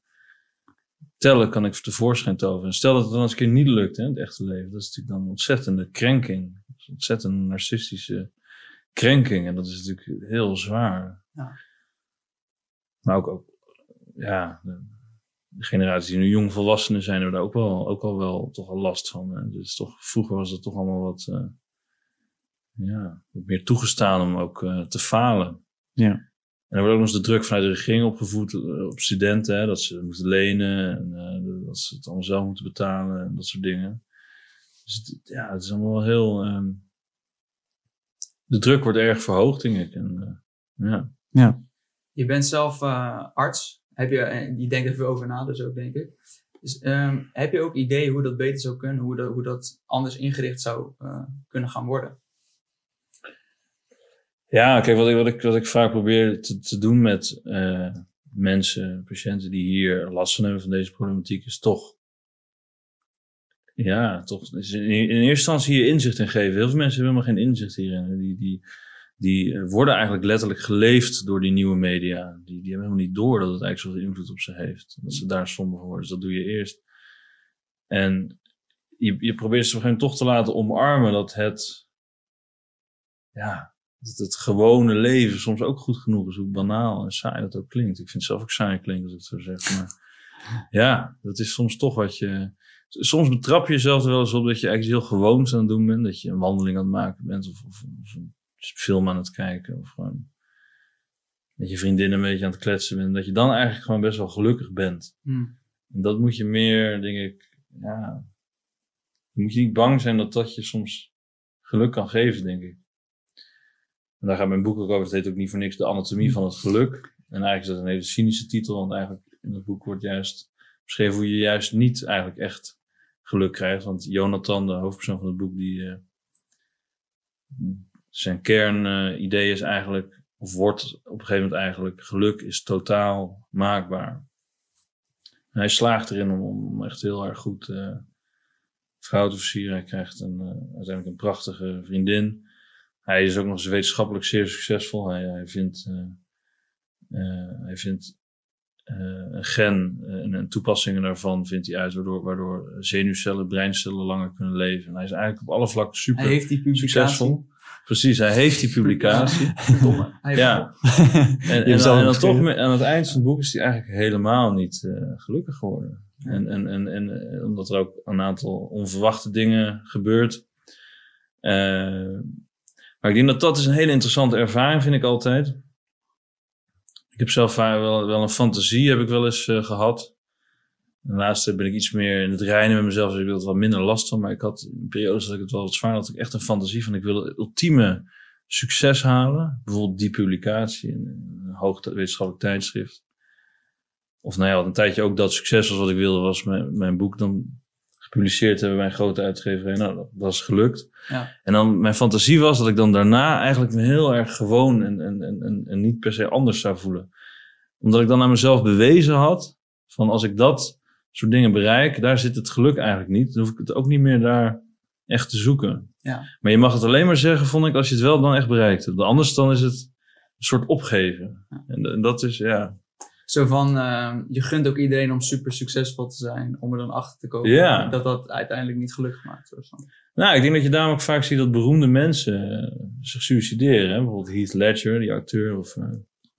tellen kan ik tevoorschijn toveren. En stel dat het dan eens een keer niet lukt, hè, in het echte leven. Dat is natuurlijk dan een ontzettende krenking. Dat is een ontzettend narcistische krenking. En dat is natuurlijk heel zwaar. Ja. Maar ook, ook ja, de, de generaties die nu jong volwassenen zijn, hebben daar ook wel, ook al wel toch al last van. Hè. Dus toch, vroeger was het toch allemaal wat, uh, ja, wat meer toegestaan om ook uh, te falen. Ja. En er wordt ook nog eens de druk vanuit de regering opgevoed uh, op studenten, hè, dat ze moeten lenen en uh, dat ze het allemaal zelf moeten betalen en dat soort dingen. Dus het, ja, het is allemaal wel heel... Um, de druk wordt erg verhoogd, denk ik. En, uh, ja. Ja. Je bent zelf uh, arts. Heb je, je denkt er veel over na, dus ook, denk ik. Dus, um, heb je ook ideeën hoe dat beter zou kunnen? Hoe dat, hoe dat anders ingericht zou uh, kunnen gaan worden? Ja, kijk, wat ik, wat ik, wat ik vaak probeer te, te doen met uh, mensen, patiënten die hier last van hebben van deze problematiek, is toch ja, toch. In, in eerste instantie je inzicht in geven. Heel veel mensen hebben helemaal geen inzicht hierin. Die, die, die worden eigenlijk letterlijk geleefd door die nieuwe media. Die, die hebben helemaal niet door dat het eigenlijk zoveel invloed op ze heeft. Dat ze daar somber worden. Dus dat doe je eerst. En je, je probeert ze gewoon toch te laten omarmen dat het, ja, dat het gewone leven soms ook goed genoeg is. Hoe banaal en saai dat ook klinkt. Ik vind het zelf ook saai klinkt als ik het zo zeg. Maar ja, dat is soms toch wat je... Soms betrap je jezelf er wel eens op dat je eigenlijk heel gewoons aan het doen bent. Dat je een wandeling aan het maken bent of, of, of een film aan het kijken. Of gewoon met je vriendinnen een beetje aan het kletsen bent. Dat je dan eigenlijk gewoon best wel gelukkig bent. Hmm. En dat moet je meer, denk ik, ja... Dan moet je niet bang zijn dat dat je soms geluk kan geven, denk ik. En daar gaat mijn boek ook over. Het heet ook niet voor niks De Anatomie van het Geluk. En eigenlijk is dat een hele cynische titel. Want eigenlijk in het boek wordt juist beschreven hoe je juist niet eigenlijk echt geluk krijgt. Want Jonathan, de hoofdpersoon van het boek, die uh, zijn kernidee uh, is eigenlijk, of wordt op een gegeven moment eigenlijk, geluk is totaal maakbaar. En hij slaagt erin om, om echt heel erg goed uh, vrouw te versieren. Hij krijgt een, uh, uiteindelijk een prachtige vriendin. Hij is ook nog eens wetenschappelijk zeer succesvol. Hij, hij vindt, uh, uh, hij vindt uh, een gen uh, en, en toepassingen daarvan vindt hij uit, waardoor, waardoor zenuwcellen, breincellen langer kunnen leven. En hij is eigenlijk op alle vlakken super hij heeft die publicatie. succesvol. Precies, hij heeft die publicatie. Domme. Hij ja. En, en, en, dan, en dan toch met, aan het eind van het boek is hij eigenlijk helemaal niet uh, gelukkig geworden. Ja. En, en, en, en omdat er ook een aantal onverwachte dingen gebeurt. Uh, maar ik denk dat dat is een hele interessante ervaring, vind ik altijd. Ik heb zelf wel, wel een fantasie, heb ik wel eens uh, gehad. En laatste ben ik iets meer in het reinen met mezelf, dus ik wil het wat minder last van. Maar ik had in periodes dat ik het wel wat zwaar had, had ik echt een fantasie van ik wil het ultieme succes halen. Bijvoorbeeld die publicatie in een hoog wetenschappelijk tijdschrift. Of nou ja, wat een tijdje ook dat succes was wat ik wilde, was mijn, mijn boek dan gepubliceerd hebben bij een grote uitgeverij. Nou, dat, dat is gelukt. Ja. En dan mijn fantasie was dat ik dan daarna eigenlijk me heel erg gewoon en, en, en, en niet per se anders zou voelen. Omdat ik dan aan mezelf bewezen had van als ik dat soort dingen bereik, daar zit het geluk eigenlijk niet. Dan hoef ik het ook niet meer daar echt te zoeken. Ja. Maar je mag het alleen maar zeggen, vond ik, als je het wel dan echt bereikt hebt. Anders dan is het een soort opgeven. Ja. En, en dat is, ja... Zo van, uh, je gunt ook iedereen om super succesvol te zijn, om er dan achter te komen. Ja. Dat dat uiteindelijk niet gelukkig maakt. Zo. Nou, ik denk dat je daarom ook vaak ziet dat beroemde mensen uh, zich suicideren. Hè? Bijvoorbeeld Heath Ledger, die acteur, of uh,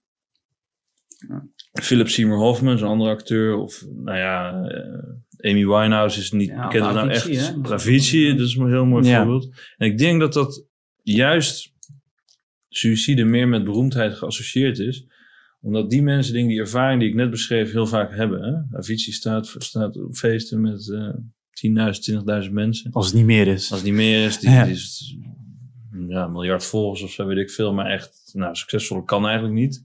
ja. Philip Seymour Hoffman, zo'n andere acteur. Of, nou ja, uh, Amy Winehouse is niet ja, bekend als nou Avicii, echt. Hè? Avicii, dat is een heel mooi ja. voorbeeld. En ik denk dat dat juist suïcide meer met beroemdheid geassocieerd is. Omdat die mensen, dingen, die ervaring die ik net beschreef, heel vaak hebben. Hè? Avicii staat, staat op feesten met uh, tienduizend, twintigduizend mensen. Als het niet meer is. Als het niet meer is, die, ja. die is ja, een miljard volgers of zo, weet ik veel. Maar echt, nou, succesvol kan eigenlijk niet.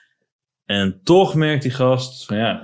En toch merkt die gast van ja,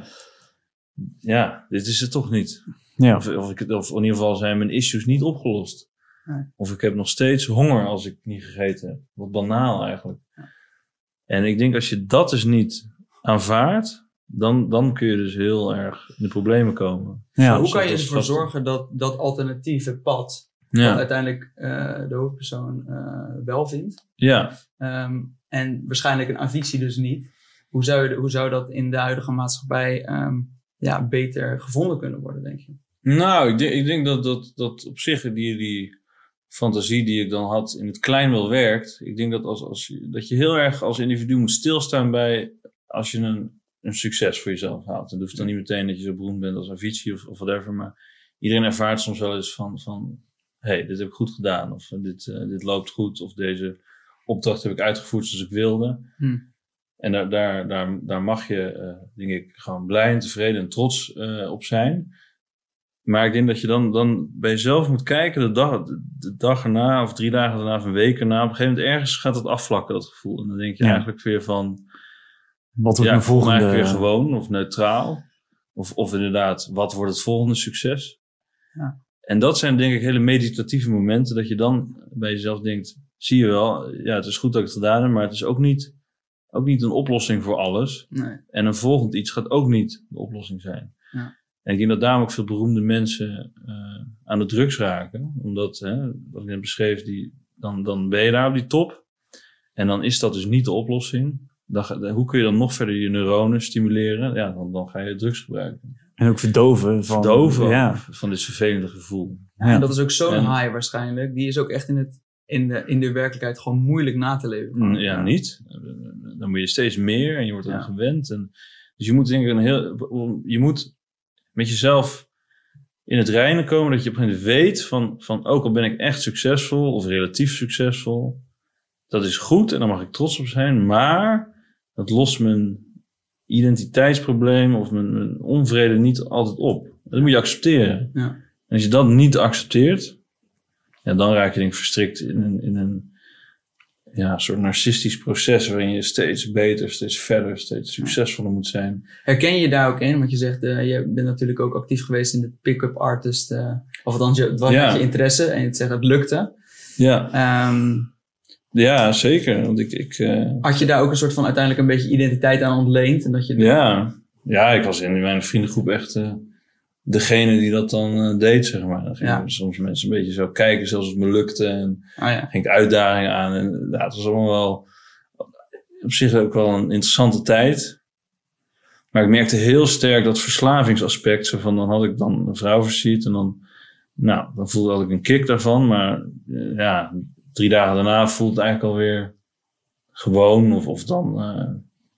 ja, dit is het toch niet. Ja. Of, of, ik, of in ieder geval zijn mijn issues niet opgelost. Nee. Of ik heb nog steeds honger als ik niet gegeten heb. Wat banaal eigenlijk. Ja. En ik denk als je dat dus niet aanvaardt, dan, dan kun je dus heel erg in de problemen komen. Ja. Hoe kan je dat ervoor vast... zorgen dat dat alternatieve pad, ja. wat uiteindelijk uh, de hoofdpersoon uh, wel vindt, ja. um, en waarschijnlijk een Avicii dus niet, hoe zou, je, hoe zou dat in de huidige maatschappij um, ja, beter gevonden kunnen worden, denk je? Nou, ik denk, ik denk dat, dat, dat op zich die, die fantasie die ik dan had in het klein wel werkt. Ik denk dat, als, als je, dat je heel erg als individu moet stilstaan bij als je een, een succes voor jezelf haalt. Het hoeft dan niet meteen dat je zo beroemd bent als Avicii of, of whatever, maar iedereen ervaart soms wel eens van, van hey, dit heb ik goed gedaan, of dit, uh, dit loopt goed, of deze opdracht heb ik uitgevoerd zoals ik wilde. Hmm. En daar, daar, daar, daar mag je, uh, denk ik, gewoon blij en tevreden en trots uh, op zijn. Maar ik denk dat je dan, dan bij jezelf moet kijken, de dag, de dag erna, of drie dagen daarna, of een week erna, op een gegeven moment ergens gaat het afvlakken, dat gevoel. En dan denk je ja. eigenlijk weer van, wat wordt ja, mijn volgende... eigenlijk weer gewoon, of neutraal. Of, of inderdaad, wat wordt het volgende succes? Ja. En dat zijn denk ik hele meditatieve momenten, dat je dan bij jezelf denkt, zie je wel, ja, het is goed dat ik het gedaan heb, maar het is ook niet, ook niet een oplossing voor alles. Nee. En een volgend iets gaat ook niet de oplossing zijn. Ja. En ik denk dat daarom ook veel beroemde mensen uh, aan de drugs raken. Omdat, hè, wat ik net beschreef, die, dan, dan ben je daar op die top. En dan is dat dus niet de oplossing. Dan, hoe kun je dan nog verder je neuronen stimuleren? Ja, dan, dan ga je drugs gebruiken. En ook verdoven. Van, verdoven ja. van dit vervelende gevoel. Ja, en dat is ook zo'n en, high waarschijnlijk. Die is ook echt in, het, in, de, in de werkelijkheid gewoon moeilijk na te leven. Ja, ja, niet. Dan moet je steeds meer en je wordt er ja. gewend. En, dus je moet denk ik een heel... Je moet met jezelf in het reinen komen dat je op een gegeven moment weet van, van ook al ben ik echt succesvol of relatief succesvol, dat is goed en daar mag ik trots op zijn, maar dat lost mijn identiteitsprobleem of mijn, mijn onvrede niet altijd op. Dat moet je accepteren. Ja. En als je dat niet accepteert, ja, dan raak je denk ik verstrikt in een, in een ja, soort narcistisch proces waarin je steeds beter, steeds verder, steeds succesvoller moet zijn. Herken je daar ook in? Want je zegt, uh, je bent natuurlijk ook actief geweest in de pick-up artist, uh, of althans, je, het was ja. je interesse en je zegt het lukte. Ja. Um, Ja, zeker. Want ik, ik, uh... Had je daar ook een soort van uiteindelijk een beetje identiteit aan ontleend? En dat je ja. ja, ik was in mijn vriendengroep echt uh, degene die dat dan uh, deed, zeg maar. Dan gingen ja. soms mensen een beetje zo kijken, zelfs als het me lukte. En oh, ja. ging ik uitdagingen aan. En ja, het was allemaal wel op zich ook wel een interessante tijd. Maar ik merkte heel sterk dat verslavingsaspect. Zo van, dan had ik dan een vrouw versierd en dan, nou, dan voelde ik een kick daarvan. Maar uh, ja... Drie dagen daarna voelde het eigenlijk alweer gewoon. Of, of dan... Uh... En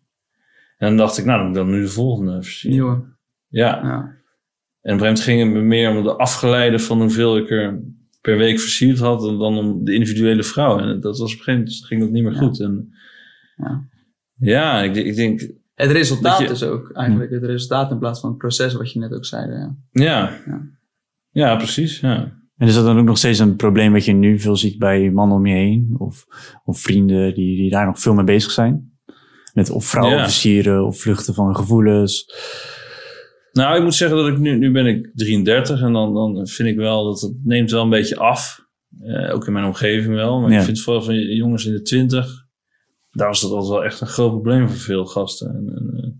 dan dacht ik, nou, dan moet ik dan nu de volgende versieren. Nieuwe. Ja. ja. En op een gegeven moment ging het me meer om de afgeleide van hoeveel ik er per week versierd had. Dan om de individuele vrouw. En dat was op een gegeven moment ging dat niet meer ja. goed. En ja, ja ik, ik denk... Het resultaat je, is ook eigenlijk het resultaat in plaats van het proces wat je net ook zei. Ja, ja. ja. ja precies. Ja. En is dat dan ook nog steeds een probleem wat je nu veel ziet bij mannen om je heen? Of, of vrienden die, die daar nog veel mee bezig zijn? Met of vrouwen ja. versieren of vluchten van gevoelens? Nou, ik moet zeggen dat ik nu, nu ben ik drieëndertig en dan, dan vind ik wel dat het neemt wel een beetje af. Uh, ook in mijn omgeving wel. Maar ja. ik vind vooral van jongens in de twintig, daar was dat altijd wel echt een groot probleem voor veel gasten. En, en,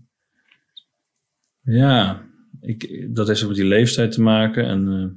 uh, ja, ik, dat heeft ook met die leeftijd te maken en... Uh,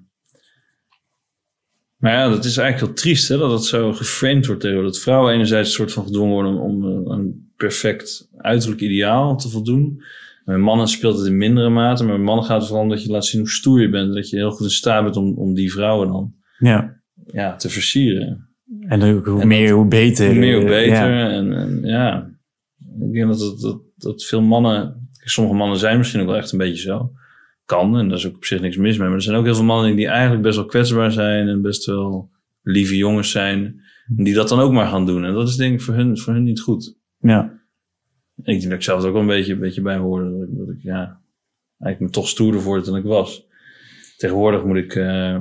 Maar ja, dat is eigenlijk heel triest, hè, dat het zo geframed wordt tegen dat vrouwen enerzijds een soort van gedwongen worden om, om een perfect uiterlijk ideaal te voldoen. En bij mannen speelt het in mindere mate, maar bij mannen gaat het vooral om dat je laat zien hoe stoer je bent. Dat je heel goed in staat bent om, om die vrouwen dan ja. Ja, te versieren. En hoe, hoe en meer, dat, hoe beter. Hoe meer, hoe beter. Ja. En, en ja, ik denk dat, dat, dat, dat veel mannen, sommige mannen zijn misschien ook wel echt een beetje zo. Kan, en daar is ook op zich niks mis mee. Maar er zijn ook heel veel mannen die eigenlijk best wel kwetsbaar zijn en best wel lieve jongens zijn. En die dat dan ook maar gaan doen. En dat is denk ik voor hun, voor hun niet goed. Ja. En ik denk dat ik zelf ook wel een beetje, een beetje bij hoorde. Dat ik, dat ik ja, eigenlijk me toch stoerder voorde dan ik was. Tegenwoordig moet ik... Uh,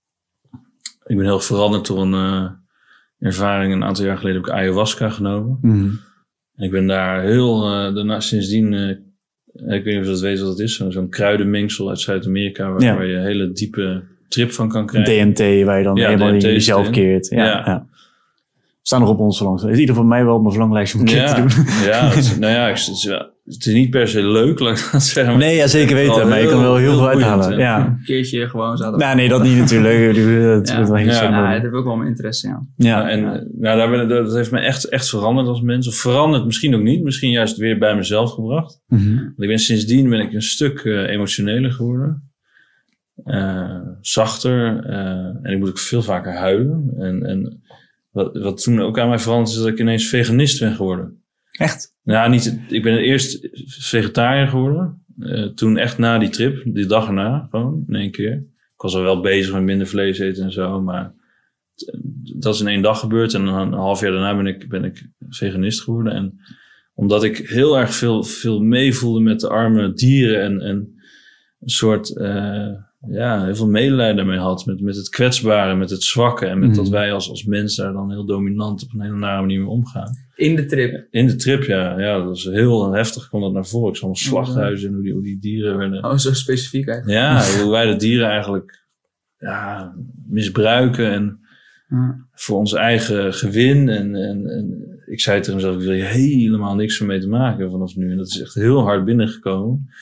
ik ben heel veranderd door een uh, ervaring. Een aantal jaar geleden heb ik ayahuasca genomen. Mm-hmm. En ik ben daar heel... Uh, daarna sindsdien... Uh, ik weet niet of je dat weet wat het is. Zo'n kruidenmengsel uit Zuid-Amerika. Waar, ja. waar je een hele diepe trip van kan krijgen. D M T, waar je dan ja, helemaal in jezelf keert. Ja, ja. ja. Staan nog op ons verlanglijst. Het is in ieder geval mij wel op mijn verlanglijstje om een keer ja, te doen. Ja, het, nou ja, het is, het is niet per se leuk, laat ik dat zeggen. Nee, ja, zeker weten. Maar je kan er wel heel, heel veel uithalen. Ja. Een keertje gewoon zaten. Nou, nee, dat niet natuurlijk. Dat ja, wordt wel heel ja, ja, ja, dat heb ik ook wel mijn interesse, ja. Ja, en ja. Nou, daar ben, dat heeft me echt, echt veranderd als mens. Of veranderd misschien ook niet. Misschien juist weer bij mezelf gebracht. Mm-hmm. Want ik ben sindsdien ben ik een stuk uh, emotioneler geworden. Uh, zachter. Uh, en ik moet ook veel vaker huilen. En... en Wat, wat toen ook aan mij veranderd is dat ik ineens veganist ben geworden. Echt? Nou, niet, ik ben eerst vegetariër geworden. Uh, toen echt na die trip, die dag erna, gewoon in één keer. Ik was al wel bezig met minder vlees eten en zo, maar t- dat is in één dag gebeurd. En een half jaar daarna ben ik, ben ik veganist geworden. En omdat ik heel erg veel, veel meevoelde met de arme dieren en, en een soort... Uh, ja, heel veel medelijden daarmee had. Met, met het kwetsbare, met het zwakke. En met mm. dat wij als, als mens daar dan heel dominant op een hele nare manier mee omgaan. In de trip? In de trip, ja. Ja, dat was heel heftig, kwam dat naar voren. Ik zag allemaal slachthuizen en hoe die, hoe die dieren werden... Oh, zo specifiek eigenlijk. Ja, hoe wij de dieren eigenlijk ja, misbruiken. En mm. voor ons eigen gewin. En, en, en ik zei tegen mezelf, ik wil hier helemaal niks meer mee te maken vanaf nu. En dat is echt heel hard binnengekomen.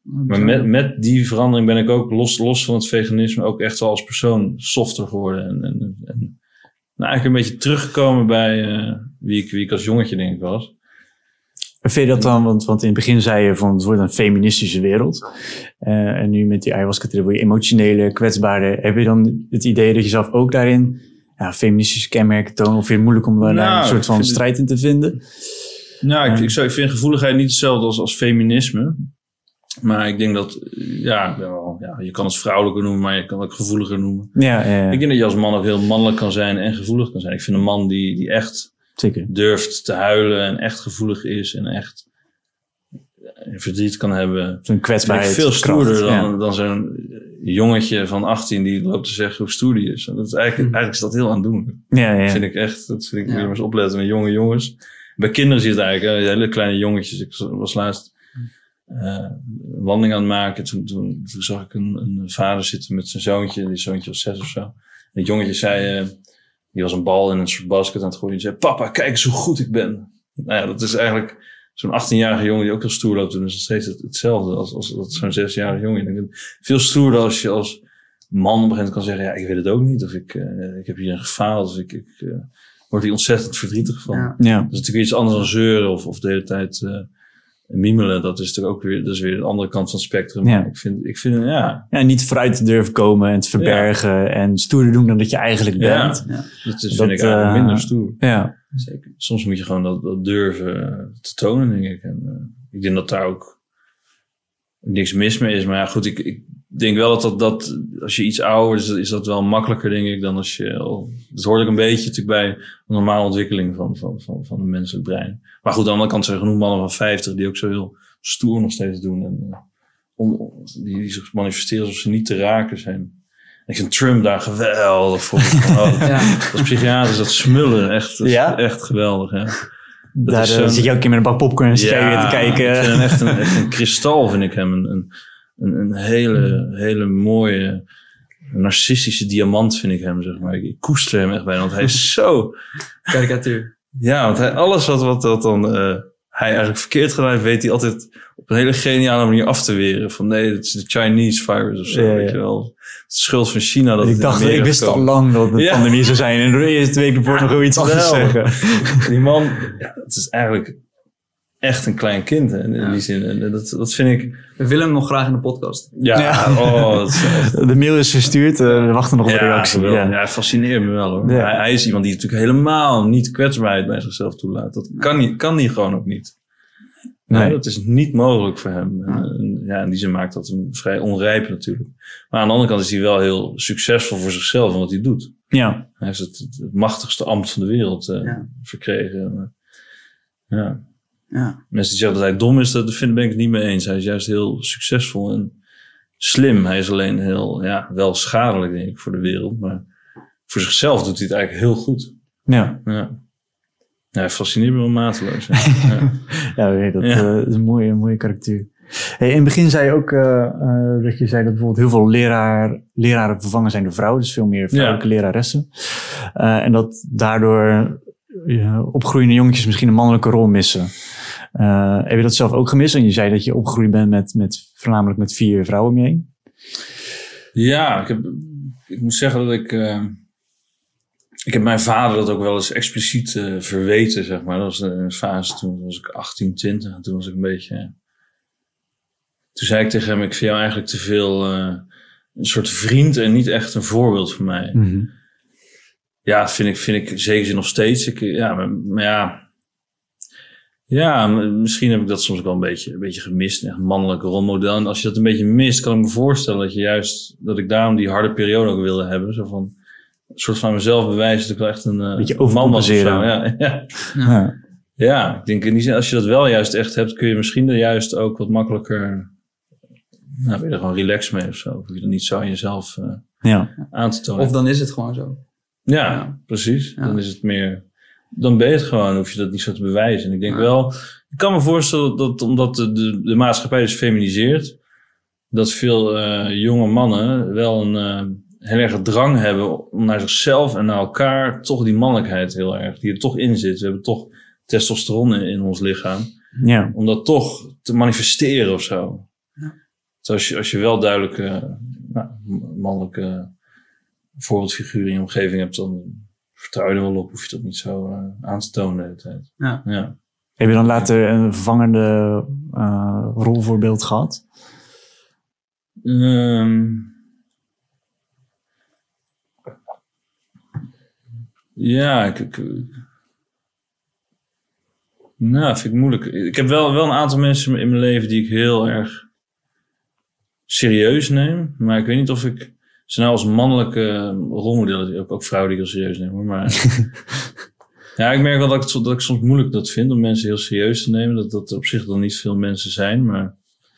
Maar met, met die verandering ben ik ook, los, los van het veganisme, ook echt wel als persoon softer geworden. En, en, en nou, eigenlijk een beetje teruggekomen bij uh, wie, ik, wie ik als jongetje denk ik was. En vind je dat dan, want, want in het begin zei je van het wordt een feministische wereld. Uh, en nu met die ayahuasca wil je emotionele, kwetsbare. Heb je dan het idee dat je zelf ook daarin ja, feministische kenmerken toont? Of vind je het moeilijk om daar nou, een soort van strijd in te vinden? Nou, ik, ik, zou, ik vind gevoeligheid niet hetzelfde als, als feminisme. Maar ik denk dat, ja, wel, ja, je kan het vrouwelijker noemen, maar je kan het ook gevoeliger noemen. Ja, ja, ja. Ik denk dat je als man ook heel mannelijk kan zijn en gevoelig kan zijn. Ik vind een man die, die echt Zeker. durft te huilen en echt gevoelig is en echt verdriet kan hebben. Zo'n kwetsbaarheid. Veel stoerder dan, ja. dan zo'n jongetje van achttien die loopt te zeggen hoe stoer die is. En dat is eigenlijk, eigenlijk is dat heel aandoenlijk. Ja, ja. Dat vind ik echt, dat vind ik, Ja. moet je maar eens opletten met jonge jongens. Bij kinderen zie je het eigenlijk, hè, hele kleine jongetjes. Ik was laatst uh, een wandeling aan het maken. Toen, toen, toen zag ik een, een vader zitten met zijn zoontje. Die zoontje was zes of zo. En het jongetje zei, uh, die was een bal in een soort basket aan het gooien. Die zei, papa, kijk eens hoe goed ik ben. Nou ja, dat is eigenlijk zo'n achttienjarige jongen die ook heel stoer loopt. En is nog steeds het, hetzelfde als, als, als zo'n zesjarige jongen. Ik denk, veel stoerder als je als man op een gegeven moment kan zeggen, ja, ik weet het ook niet. Of ik, uh, ik heb hierin gefaald. Of ik, ik uh, word hier ontzettend verdrietig van. Ja. Ja. Dat is natuurlijk iets anders dan zeuren of, of de hele tijd uh, mimelen. Dat is natuurlijk ook weer, dat is weer de andere kant van het spectrum. Ja. Ik vind, ik vind, ja, Ja, niet vooruit te durven komen en te verbergen ja. en stoerder doen dan dat je eigenlijk ja. bent. Ja, dat, is, Dat, vind ik eigenlijk uh, minder stoer. Ja. zeker. Soms moet je gewoon dat, dat durven te tonen, denk ik. En uh, ik denk dat daar ook niks mis mee is. Maar ja, goed, ik, ik denk wel dat, dat, dat als je iets ouder is, is dat wel makkelijker, denk ik, dan als je al... Dat hoort ook een beetje natuurlijk bij een normale ontwikkeling van, van, van, van het menselijk brein. Maar goed, aan de andere kant zijn er genoeg mannen van vijftig die ook zo heel stoer nog steeds doen. En uh, on, die, die zich manifesteren alsof ze niet te raken zijn. Ik vind Trump daar geweldig voor. Oh, Ja. als psychiater, dat smullen, echt, dat is Ja? echt geweldig. Hè? Daar is uh, zo'n- zit je ook in met een bak popcorn en zit jij weer te kijken. Ik vind hem echt een, echt een kristal, vind ik hem. Een, een, een, een hele, hele mooie, narcistische diamant, vind ik hem, zeg maar. Ik, ik koester hem echt bijna, want hij is zo... Karikatuur. Ja, want hij, alles wat, wat, wat dan uh, hij eigenlijk verkeerd gedaan heeft, weet hij altijd op een hele geniale manier af te weren. Van nee, het is de Chinese virus of zo, Ja, ja. weet je wel. Het is de schuld van China dat Ik het dacht, in ik Amerika wist al kwam. lang dat het een Ja. pandemie zou zijn. En door de eerste week ervoor nog iets anders Wel. zeggen. Die man, ja, het is eigenlijk echt een klein kind hè, in Ja. die zin. En dat, dat vind ik... We willen hem nog graag in de podcast. Ja, Ja. oh, dat is echt... De mail is verstuurd. Uh, we wachten nog op een Ja, reactie. geweldig. Ja. Ja, hij fascineert me wel hoor. Ja. Hij, hij is iemand die natuurlijk helemaal niet kwetsbaarheid bij zichzelf toelaat. Dat kan hij, kan hij gewoon ook niet. Nee, Nee. dat is niet mogelijk voor hem. En, en, ja, in die zin maakt dat hem vrij onrijp natuurlijk. Maar aan de andere kant is hij wel heel succesvol voor zichzelf en wat hij doet. Ja. Hij heeft het, het, het machtigste ambt van de wereld uh, Ja. verkregen. En, uh, ja. Ja. Mensen die zeggen dat hij dom is, dat vind, ben ik het niet mee eens. Hij is juist heel succesvol en slim. Hij is alleen heel, ja, wel schadelijk denk ik voor de wereld. Maar voor zichzelf doet hij het eigenlijk heel goed. Ja. Ja. Ja, hij fascineert me wel mateloos. Ja. Ja. Ja, weet je, dat Ja. uh, is een mooie, een mooie karakter. Hey, in het begin zei je ook uh, uh, dat je zei dat bijvoorbeeld heel veel leraar, leraren vervangen zijn door vrouwen. Dus veel meer vrouwelijke Ja. leraressen. Uh, en dat daardoor uh, opgroeiende jongetjes misschien een mannelijke rol missen. Uh, heb je dat zelf ook gemist? En je zei dat je opgegroeid bent met, met voornamelijk met vier vrouwen om je heen. Ja, ik, heb, ik moet zeggen dat ik... Uh, ik heb mijn vader dat ook wel eens expliciet uh, verweten, zeg maar. Dat was een fase, toen was ik achttien, twintig. En toen was ik een beetje... Toen zei ik tegen hem, ik vind jou eigenlijk te veel uh, een soort vriend en niet echt een voorbeeld voor mij. Mm-hmm. Ja, dat vind ik, vind ik zeker nog steeds. Ik, ja, maar, maar ja... Ja, misschien heb ik dat soms ook wel een beetje, een beetje gemist. Echt een mannelijke rolmodel. En als je dat een beetje mist, kan ik me voorstellen dat je juist... Dat ik daarom die harde periode ook wilde hebben. Zo van... Een soort van mezelf bewijzen dat ik wel echt een... uh, Beetje man was of overcompenseren. zo. Ja, ja. Ja. Ja, ik denk in die zin, als je dat wel juist echt hebt, kun je misschien er juist ook wat makkelijker... Nou, ben je er gewoon relaxed mee of zo. Hoef je er niet zo aan jezelf uh, Ja. aan te tonen. Of dan is het gewoon zo. Ja, Ja. precies. Ja. Dan is het meer... Dan ben je het gewoon, hoef je dat niet zo te bewijzen. En ik denk Ja. wel... Ik kan me voorstellen dat omdat de, de, de maatschappij dus feminiseert... dat veel uh, jonge mannen wel een uh, heel erg drang hebben... om naar zichzelf en naar elkaar toch die mannelijkheid heel erg... die er toch in zit. We hebben toch testosteron in, in ons lichaam. Ja. Om dat toch te manifesteren of zo. Ja. Dus als je, als je wel duidelijke nou, mannelijke voorbeeldfiguren in je omgeving hebt, dan vertrouw je er wel op, hoef je dat niet zo uh, aan te tonen de hele tijd. Ja. Ja. Heb je dan later een vervangende uh, rolvoorbeeld gehad? Um, ja, ik, ik, nou, vind ik moeilijk. Ik heb wel, wel een aantal mensen in mijn leven die ik heel erg serieus neem. Maar ik weet niet of ik ze nou als mannelijke rolmodellen, ook, ook vrouwen die ik heel serieus neem. Hoor. Maar ja, ik merk wel dat ik, dat ik soms moeilijk dat vind om mensen heel serieus te nemen. Dat dat op zich dan niet veel mensen zijn, maar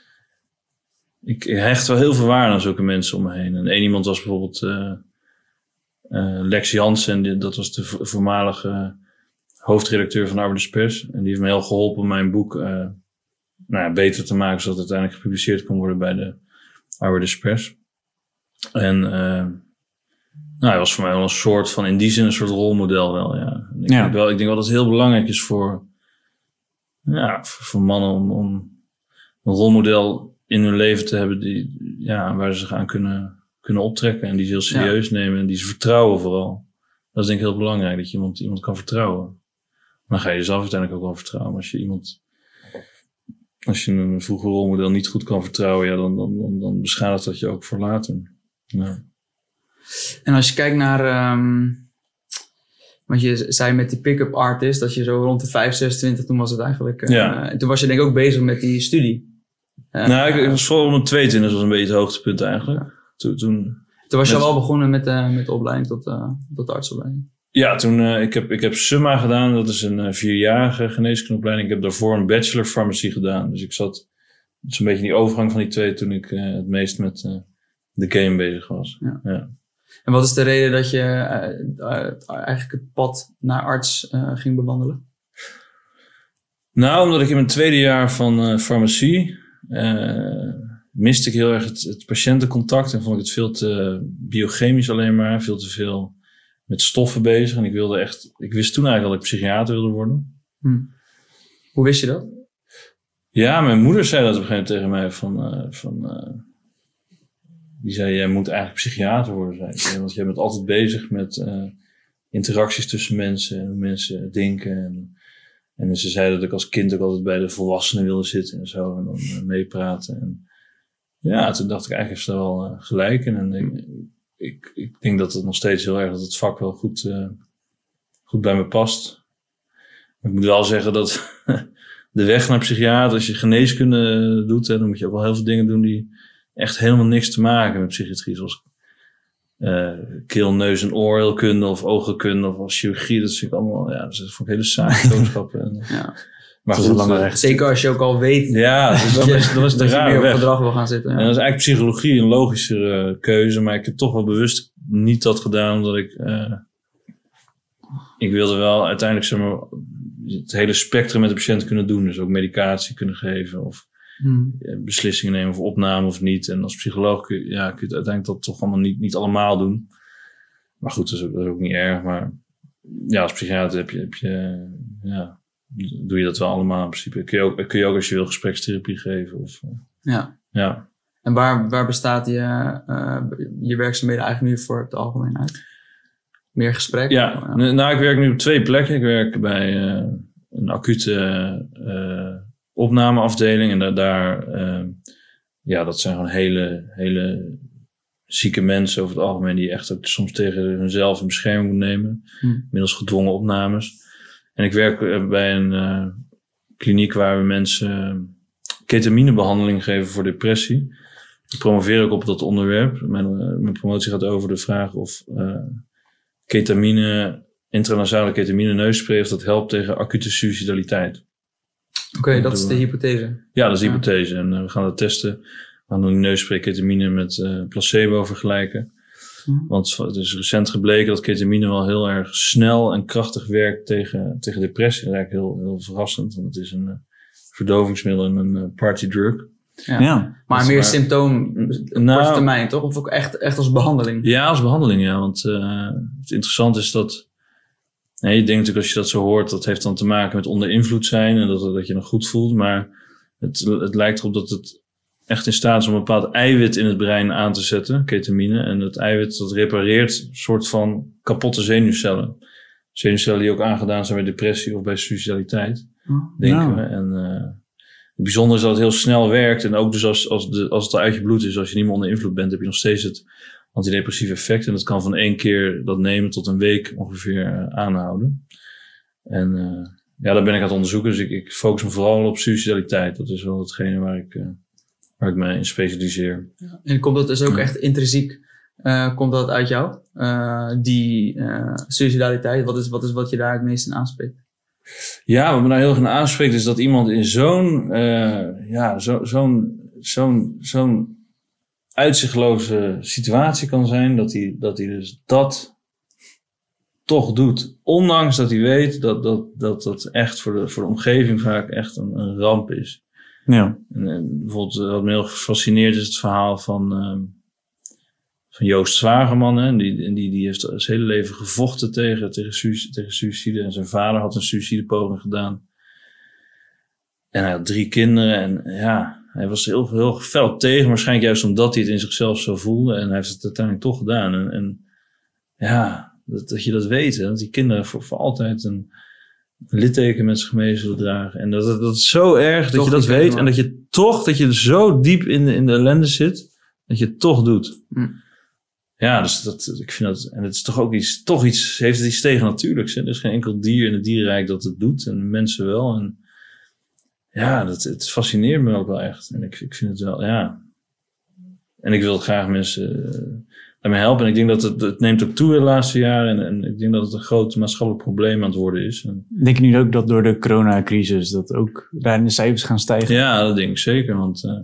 ik hecht wel heel veel waarde aan zulke mensen om me heen. En één iemand was bijvoorbeeld uh, uh, Lex Jansen. Die, dat was de voormalige hoofdredacteur van Arbeiderspers. En die heeft me heel geholpen om mijn boek uh, nou ja, beter te maken, zodat het uiteindelijk gepubliceerd kon worden bij de Arbeiderspers. En uh, nou, hij was voor mij wel een soort van, in die zin een soort rolmodel wel, ja. En ik, Ja. denk wel, ik denk wel dat het heel belangrijk is voor, ja, voor, voor mannen om, om een rolmodel in hun leven te hebben die, ja, waar ze zich aan kunnen, kunnen optrekken en die ze heel serieus ja. nemen en die ze vertrouwen vooral. Dat is denk ik heel belangrijk, dat je iemand, iemand kan vertrouwen. Dan ga je jezelf uiteindelijk ook wel vertrouwen. Maar als je iemand, als je een vroeger rolmodel niet goed kan vertrouwen, ja, dan, dan, dan, dan beschadigt dat je ook voor later. Ja. En als je kijkt naar, um, want je zei met die pick-up artist, dat je zo rond de vijf, zesentwintig, toen was het eigenlijk, uh, ja. En toen was je denk ik ook bezig met die studie. Uh, nou, ik, ik was vooral om mijn tweeëntwintig, dat was een beetje het hoogtepunt eigenlijk. Ja. Toen, toen, toen was je met, al wel begonnen met, uh, met de opleiding tot, uh, tot de artsopleiding. Ja, toen, uh, ik, heb, ik heb SUMMA gedaan, dat is een uh, vierjarige geneeskundeopleiding. Ik heb daarvoor een bachelor farmacie gedaan. Dus ik zat zo'n beetje in die overgang van die twee toen ik uh, het meest met uh, de game bezig was. Ja. Ja. En wat is de reden dat je uh, uh, eigenlijk het pad naar arts uh, ging bewandelen? Nou, omdat ik in mijn tweede jaar van uh, farmacie uh, miste ik heel erg het, het patiëntencontact en vond ik het veel te biochemisch alleen maar, veel te veel met stoffen bezig. En ik wilde echt, ik wist toen eigenlijk dat ik psychiater wilde worden. Hm. Hoe wist je dat? Ja, mijn moeder zei dat op een gegeven moment tegen mij van, uh, van uh, die zei, jij moet eigenlijk psychiater worden, zei ik. Want jij bent altijd bezig met uh, interacties tussen mensen en hoe mensen denken. En, en ze zei dat ik als kind ook altijd bij de volwassenen wilde zitten en zo. En dan uh, meepraten. En ja, toen dacht ik eigenlijk heeft ze daar wel uh, gelijk in. En ik, ik, ik denk dat het nog steeds heel erg, dat het vak wel goed, uh, goed bij me past. Maar ik moet wel zeggen dat de weg naar psychiater, als je geneeskunde doet, hè, dan moet je ook wel heel veel dingen doen die echt helemaal niks te maken hebben met psychiatrie. Zoals uh, keel, neus en oorheelkunde of oogheelkunde of als chirurgie. Dat vind ik allemaal, ja, dat vond ik hele saaie wetenschappen. Ja. Maar goed, lange uh, zeker als je ook al weet ja, dus dat, is, dat is de dat je rare meer op weg. gedrag wil gaan zitten. Ja. En dat is eigenlijk psychologie een logischere uh, keuze, maar ik heb toch wel bewust niet dat gedaan, omdat ik uh, ik wilde wel uiteindelijk zeg maar het hele spectrum met de patiënt kunnen doen. Dus ook medicatie kunnen geven of hmm. beslissingen nemen of opname of niet. En als psycholoog kun je, ja, kun je het uiteindelijk dat toch allemaal niet, niet allemaal doen. Maar goed, dat is, ook, dat is ook niet erg. Maar ja, als psychiater heb je, heb je ja, doe je dat wel allemaal in principe. Kun je ook, kun je ook als je wil gesprekstherapie geven. Of, ja. ja. En waar, waar bestaat je, uh, je werkzaamheden eigenlijk nu voor het algemeen uit? Meer gesprek? Ja, of, ja, nou ik werk nu op twee plekken. Ik werk bij uh, een acute uh, opnameafdeling. En da- daar, uh, ja, dat zijn gewoon hele, hele zieke mensen over het algemeen. Die echt ook soms tegen hunzelf in bescherming moeten nemen. Hmm. Middels gedwongen opnames. En ik werk uh, bij een uh, kliniek waar we mensen uh, ketaminebehandeling geven voor depressie. Ik promoveer ook op dat onderwerp. Mijn, uh, mijn promotie gaat over de vraag of uh, ketamine, intranasale ketamine neusspray, of dat helpt tegen acute suicidaliteit. Oké, okay, dat is de hypothese. Ja, dat is de hypothese. Ja. En uh, we gaan dat testen. We gaan dan die neusspray ketamine met uh, placebo vergelijken. Hmm. Want het is recent gebleken dat ketamine wel heel erg snel en krachtig werkt tegen, tegen depressie. Dat is eigenlijk heel, heel verrassend. Want het is een uh, verdovingsmiddel en een uh, partydrug. Ja. Ja. Maar meer maar, symptoom op nou, korte termijn, toch? Of ook echt, echt als behandeling? Ja, als behandeling, ja. Want uh, het interessante is dat nee, je denkt natuurlijk als je dat zo hoort, dat heeft dan te maken met onder invloed zijn en dat, dat je nog goed voelt. Maar het, het lijkt erop dat het echt in staat is om een bepaald eiwit in het brein aan te zetten, ketamine. En dat eiwit dat repareert een soort van kapotte zenuwcellen. Zenuwcellen die ook aangedaan zijn bij depressie of bij suicidaliteit, oh, denken nou. we. En uh, het bijzondere is dat het heel snel werkt. En ook dus als, als, de, als het al uit je bloed is, als je niet meer onder invloed bent, heb je nog steeds het antidepressieve effect. En dat kan van één keer dat nemen tot een week ongeveer uh, aanhouden. En uh, ja, daar ben ik aan het onderzoeken. Dus ik, ik focus me vooral op suicidaliteit. Dat is wel hetgene waar ik, uh, waar ik me in specialiseer. Ja, en komt dat dus ook ja. echt intrinsiek? Uh, komt dat uit jou? Uh, die uh, suicidaliteit, wat is, wat is wat je daar het meest in aanspreekt? Ja, wat me daar heel erg in aanspreekt is dat iemand in zo'n, uh, ja, zo, zo'n, zo'n, zo'n uitzichtloze situatie kan zijn, dat hij, dat hij dus dat toch doet. Ondanks dat hij weet dat dat, dat, dat echt voor de, voor de omgeving vaak echt een, een ramp is. Ja. En, en bijvoorbeeld wat me heel fascineert is het verhaal van, uh, van Joost Zwageman. Hè? Die, die, die heeft zijn hele leven gevochten tegen, tegen, suicide, tegen suicide. En zijn vader had een suicidepoging gedaan. En hij had drie kinderen. En ja, hij was heel, heel fel tegen. Waarschijnlijk juist omdat hij het in zichzelf zo voelde. En hij heeft het uiteindelijk toch gedaan. En, en ja, dat, dat je dat weet. Hè? Dat die kinderen voor, voor altijd een litteken met zich mee zullen dragen. En dat, dat, dat is zo erg dat toch je dat weet. En dat je toch, dat je zo diep in de, in de ellende zit. Dat je het toch doet. Mm. Ja, dus dat, ik vind dat, en het is toch ook iets, toch iets, heeft het iets tegennatuurlijks. Hè? Er is geen enkel dier in het dierenrijk dat het doet. En mensen wel. En ja, dat, het fascineert me ook wel echt. En ik, ik vind het wel, ja. En ik wil graag mensen uh, daarmee helpen. En ik denk dat het, het neemt ook toe de laatste jaren. En, en ik denk dat het een groot maatschappelijk probleem aan het worden is. En denk je nu ook dat door de coronacrisis dat ook daar de cijfers gaan stijgen? Ja, dat denk ik zeker. Want uh,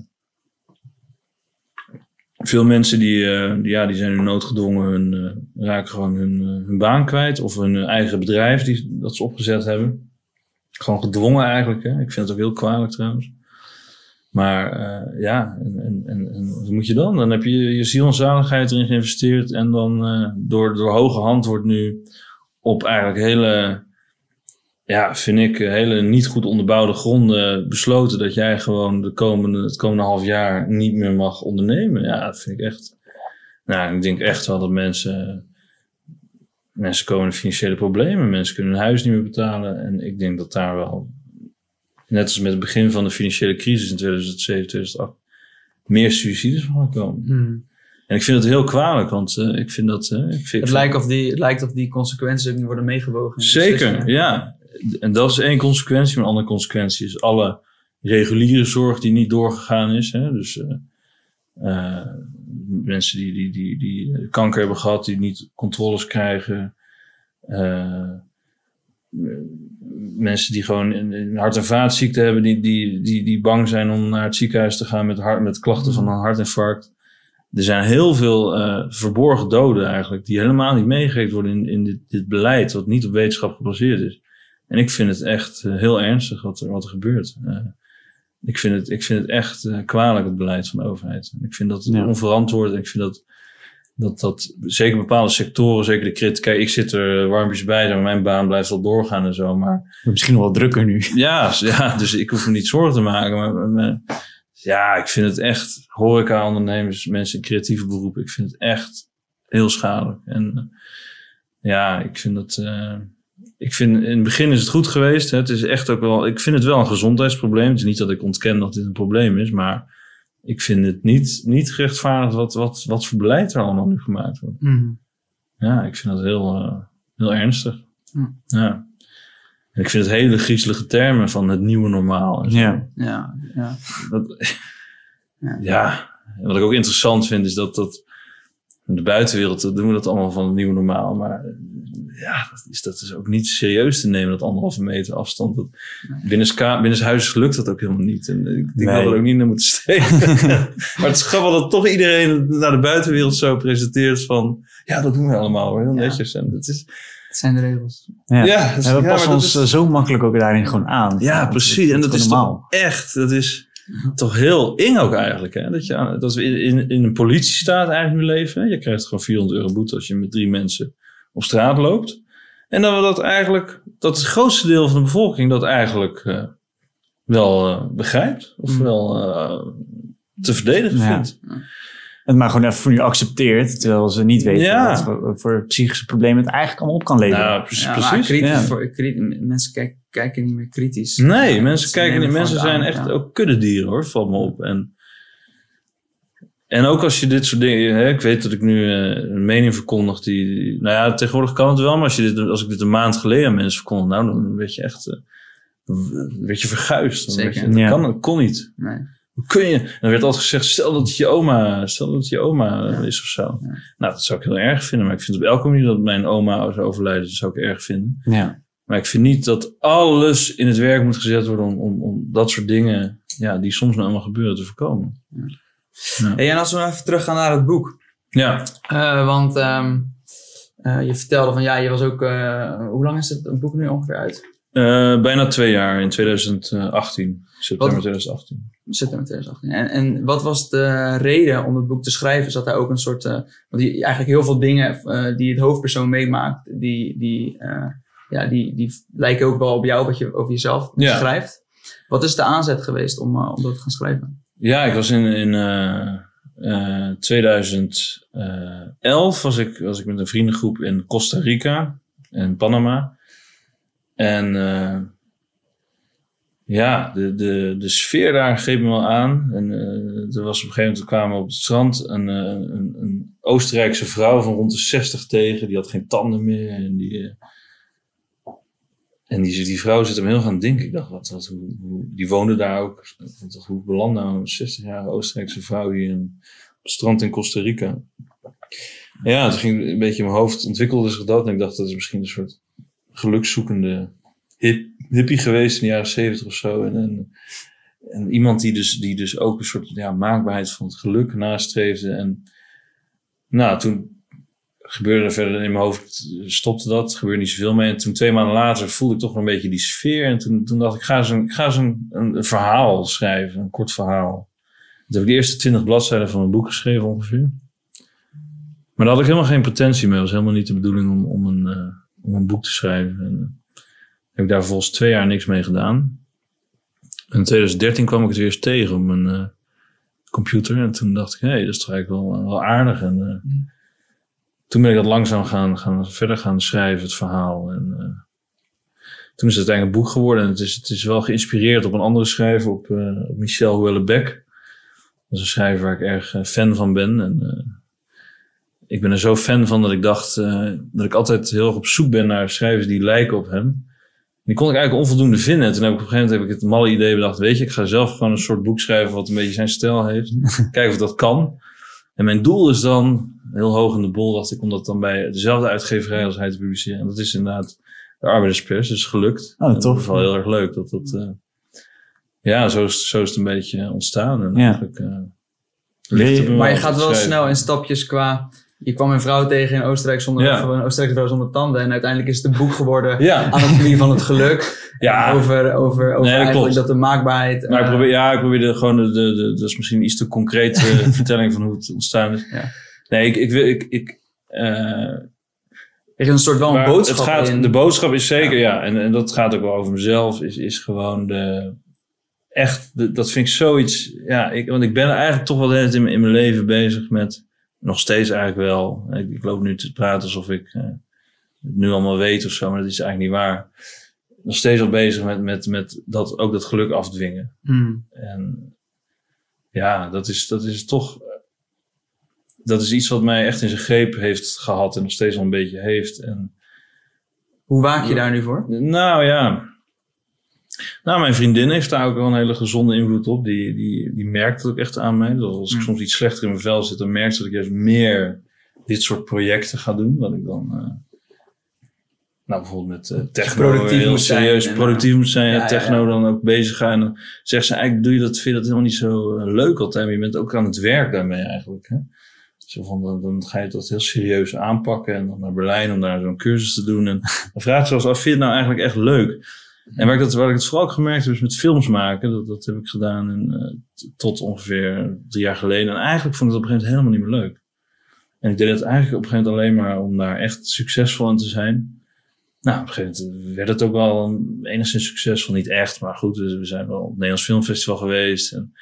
veel mensen die, uh, die, ja, die zijn nu noodgedwongen, hun, uh, raken gewoon hun, uh, hun baan kwijt. Of hun eigen bedrijf die, dat ze opgezet hebben. Gewoon gedwongen eigenlijk. Hè? Ik vind het ook heel kwalijk trouwens. Maar uh, ja, en, en, en, en wat moet je dan? Dan heb je je ziel en zaligheid erin geïnvesteerd. En dan uh, door, door hoge hand wordt nu op eigenlijk hele, ja, vind ik, hele niet goed onderbouwde gronden besloten dat jij gewoon de komende, het komende half jaar niet meer mag ondernemen. Ja, dat vind ik echt. Nou, ik denk echt wel dat mensen. Mensen komen in financiële problemen. Mensen kunnen hun huis niet meer betalen. En ik denk dat daar wel, net als met het begin van de financiële crisis in tweeduizend zeven, tweeduizend acht, meer suicides van komen. Hmm. En ik vind het heel kwalijk, want uh, ik vind dat... Uh, ik vind, het, lijkt of die, het lijkt of die consequenties ook niet worden meegewogen. Zeker, ja. En dat is één consequentie. Maar een andere consequentie is alle reguliere zorg die niet doorgegaan is. Hè? Dus uh, uh, mensen die, die, die, die kanker hebben gehad, die niet controles krijgen. Uh, mensen die gewoon een hart- en vaatziekte hebben, die, die, die, die bang zijn om naar het ziekenhuis te gaan met, hart, met klachten van een hartinfarct. Er zijn heel veel uh, verborgen doden eigenlijk, die helemaal niet meegegeven worden in, in dit, dit beleid, wat niet op wetenschap gebaseerd is. En ik vind het echt uh, heel ernstig wat er, wat er gebeurt. Uh, ik, vind het, ik vind het echt uh, kwalijk, het beleid van de overheid. Ik vind dat ja. onverantwoord. En ik vind dat, dat, dat zeker bepaalde sectoren, zeker de kritiek. Kijk, ik zit er warmpjes bij, maar mijn baan blijft wel doorgaan en zo. Maar misschien wel drukker nu. Ja, ja, dus ik hoef me niet zorgen te maken. Maar, maar ja, ik vind het echt, horeca-ondernemers, mensen in creatieve beroepen, ik vind het echt heel schadelijk. En uh, ja, ik vind dat... Uh, Ik vind, in het begin is het goed geweest. Hè. Het is echt ook wel, ik vind het wel een gezondheidsprobleem. Het is niet dat ik ontken dat dit een probleem is, maar ik vind het niet, niet gerechtvaardigd wat, wat, wat voor beleid er allemaal nu gemaakt wordt. Mm. Ja, ik vind dat heel, uh, heel ernstig. Mm. Ja. En ik vind het hele griezelige termen van het nieuwe normaal. En zo. Ja, ja, ja. Dat, ja. Ja, en wat ik ook interessant vind is dat, dat in de buitenwereld doen we dat allemaal van het nieuwe normaal, maar ja, dat is, dat is ook niet serieus te nemen, dat anderhalve meter afstand. Dat, binnen, binnen huis lukt dat ook helemaal niet. En ik denk nee. dat we er ook niet naar moeten streven. Maar het is grappig dat toch iedereen naar de buitenwereld zo presenteert van, ja, dat doen we allemaal hoor, heel netjes. En dat is, het zijn de regels. Ja, ja, dus, en we ja, passen ons is, zo makkelijk ook daarin gewoon aan. Ja, precies. En dat is toch echt, dat is toch heel eng ook eigenlijk. Hè? Dat, je, dat we in, in, in een politiestaat eigenlijk nu leven. Hè? Je krijgt gewoon vierhonderd euro boete als je met drie mensen op straat loopt. En dat we dat eigenlijk, dat het grootste deel van de bevolking dat eigenlijk uh, wel uh, begrijpt. Of mm. wel uh, te verdedigen Ja. vindt. Het maar gewoon even voor nu accepteert, terwijl ze niet weten Ja. wat voor, voor psychische problemen het eigenlijk allemaal op kan leveren. Nou, precies. Ja, maar precies. kritisch Ja. voor, cri- mensen kijken, kijken niet meer kritisch. Nee, Ja, mensen ze kijken nemen niet. Mensen gewoon zijn aan, echt ja. ook kuddedieren, hoor. Valt me op. En, en ook als je dit soort dingen... Hè, ik weet dat ik nu uh, een mening verkondig die, die... Nou ja, tegenwoordig kan het wel. Maar als, je dit, als ik dit een maand geleden aan mensen verkondig... Nou, dan werd je echt... Uh, dan werd je verguisd. Dan werd je, Zeker. dat, Ja. kan, dat kon niet. Nee. Hoe kun je? En dan werd altijd gezegd... Stel dat het je oma, stel dat het je oma Ja. is of zo. Ja. Nou, dat zou ik heel erg vinden. Maar ik vind op elke manier dat mijn oma zou overlijden... Dat zou ik erg vinden. Ja. Maar ik vind niet dat alles in het werk moet gezet worden om, om, om dat soort dingen, ja, die soms nou allemaal gebeuren, te voorkomen. Hey, en als we nou even teruggaan naar het boek. Ja, Uh, want um, uh, je vertelde van ja, je was ook... Uh, hoe lang is het een boek nu ongeveer uit? uh, bijna twee jaar in twintig achttien, september Wat? twintig achttien. September twintig achttien. En, en wat was de reden om het boek te schrijven? Zat daar ook een soort... Uh, want die, eigenlijk heel veel dingen uh, die het hoofdpersoon meemaakt, die... die uh, Ja, die, die lijken ook wel op jou, wat je over jezelf Ja. schrijft. Wat is de aanzet geweest om, uh, om dat te gaan schrijven? Ja, ik was in, in uh, uh, twintig elf was ik, was ik met een vriendengroep in Costa Rica en Panama. En uh, ja, de, de, de sfeer daar greep me wel aan. En uh, er was op een gegeven moment, we kwamen op het strand een, uh, een, een Oostenrijkse vrouw van rond de zestig tegen. Die had geen tanden meer en die... Uh, En die, die vrouw zit hem heel gaan denken. Ik dacht, wat, wat, hoe, hoe, die woonde daar ook. Ik dacht, hoe belandt nou een zestigjarige Oostenrijkse vrouw hier in, op het strand in Costa Rica? Ja, het ging een beetje in mijn hoofd, ontwikkelde zich dat. En ik dacht, dat is misschien een soort gelukszoekende hip, hippie geweest in de jaren zeventig of zo. En, en, en iemand die dus, die dus ook een soort ja, maakbaarheid van het geluk nastreefde. En nou, toen... gebeurde er verder in mijn hoofd, stopte dat, gebeurde niet zoveel mee. En toen twee maanden later voelde ik toch wel een beetje die sfeer. En toen, toen dacht ik, ga eens, een, ik ga eens een, een, een verhaal schrijven, een kort verhaal. Toen heb ik de eerste twintig bladzijden van een boek geschreven ongeveer. Maar daar had ik helemaal geen potentie mee. Het was helemaal niet de bedoeling om, om, een, uh, om een boek te schrijven. En uh, heb ik daar vervolgens twee jaar niks mee gedaan. En in twintig dertien kwam ik het weer eens tegen op mijn uh, computer. En toen dacht ik, hé, hey, dat is toch eigenlijk wel, wel aardig. En... Uh, mm. Toen ben ik dat langzaam gaan, gaan, verder gaan schrijven, het verhaal. En uh, toen is het uiteindelijk een boek geworden. En het is, het is wel geïnspireerd op een andere schrijver, op, uh, op Michel Houellebecq. Dat is een schrijver waar ik erg uh, fan van ben. En uh, ik ben er zo fan van dat ik dacht uh, dat ik altijd heel erg op zoek ben naar schrijvers die lijken op hem. Die kon ik eigenlijk onvoldoende vinden. En toen heb ik op een gegeven moment heb ik het malle idee bedacht. Weet je, ik ga zelf gewoon een soort boek schrijven wat een beetje zijn stijl heeft. Kijken of dat kan. En mijn doel is dan, heel hoog in de bol, dacht ik, om dat dan bij dezelfde uitgeverij als hij te publiceren. En dat is inderdaad de Arbeiderspers. Dus gelukt. Oh, tof. Dat is wel heel erg leuk. Dat dat, uh, ja, zo is, zo is het een beetje ontstaan. En ja. eigenlijk, uh, ligt het me maar je wel gaat wel schrijven. snel in stapjes qua... Je kwam een vrouw tegen in Oostenrijk zonder, Ja. een Oostenrijkse vrouw zonder tanden. En uiteindelijk is het een boek geworden. Ja. Anatomie van het geluk. Ja. Over, over, over Nee, dat eigenlijk klopt. dat de maakbaarheid... Maar ik uh, probeer, ja, ik probeer gewoon, de, de, de, dat is misschien een iets te concrete vertelling van hoe het ontstaan is. Ja. Nee, ik, ik wil, ik, ik, uh, er is een soort wel een maar boodschap het gaat, in. De boodschap is zeker, ja, ja en, en dat gaat ook wel over mezelf, is, is gewoon de, echt, de, dat vind ik zoiets, ja, ik, want ik ben eigenlijk toch wel de hele tijd in, in mijn leven bezig met, nog steeds eigenlijk wel, ik, ik loop nu te praten alsof ik uh, het nu allemaal weet of zo, maar dat is eigenlijk niet waar. Nog steeds al bezig met, met, met dat, ook dat geluk afdwingen. Hmm. En ja, dat is, dat is toch... Dat is iets wat mij echt in zijn greep heeft gehad en nog steeds al een beetje heeft. En, Hoe waak je daar nu voor? nou ja... Nou, mijn vriendin heeft daar ook wel een hele gezonde invloed op. Die, die, die merkt het ook echt aan mij. Dus als ik Mm. soms iets slechter in mijn vel zit, dan merkt ze dat ik juist meer dit soort projecten ga doen. Dat ik dan... Uh, nou, bijvoorbeeld met uh, techno productief heel moet zijn serieus en, productief moet zijn. ja, Ja, techno ja, ja. dan ook bezig gaan. En dan zegt ze eigenlijk, doe je dat, vind je dat helemaal niet zo uh, leuk altijd. Maar je bent ook aan het werk daarmee eigenlijk. Hè? Zo van, dan, dan ga je dat heel serieus aanpakken. En dan naar Berlijn om daar zo'n cursus te doen. En dan vraagt ze wel eens af, vind je het nou eigenlijk echt leuk? En waar ik, dat, waar ik het vooral ook gemerkt heb, is met films maken. Dat, dat heb ik gedaan in, uh, t- tot ongeveer drie jaar geleden. En eigenlijk vond ik het op een gegeven moment helemaal niet meer leuk. En ik deed het eigenlijk op een gegeven moment alleen maar om daar echt succesvol in te zijn. Nou, op een gegeven moment werd het ook wel enigszins succesvol. Niet echt, maar goed. Dus we zijn wel op het Nederlands Filmfestival geweest. En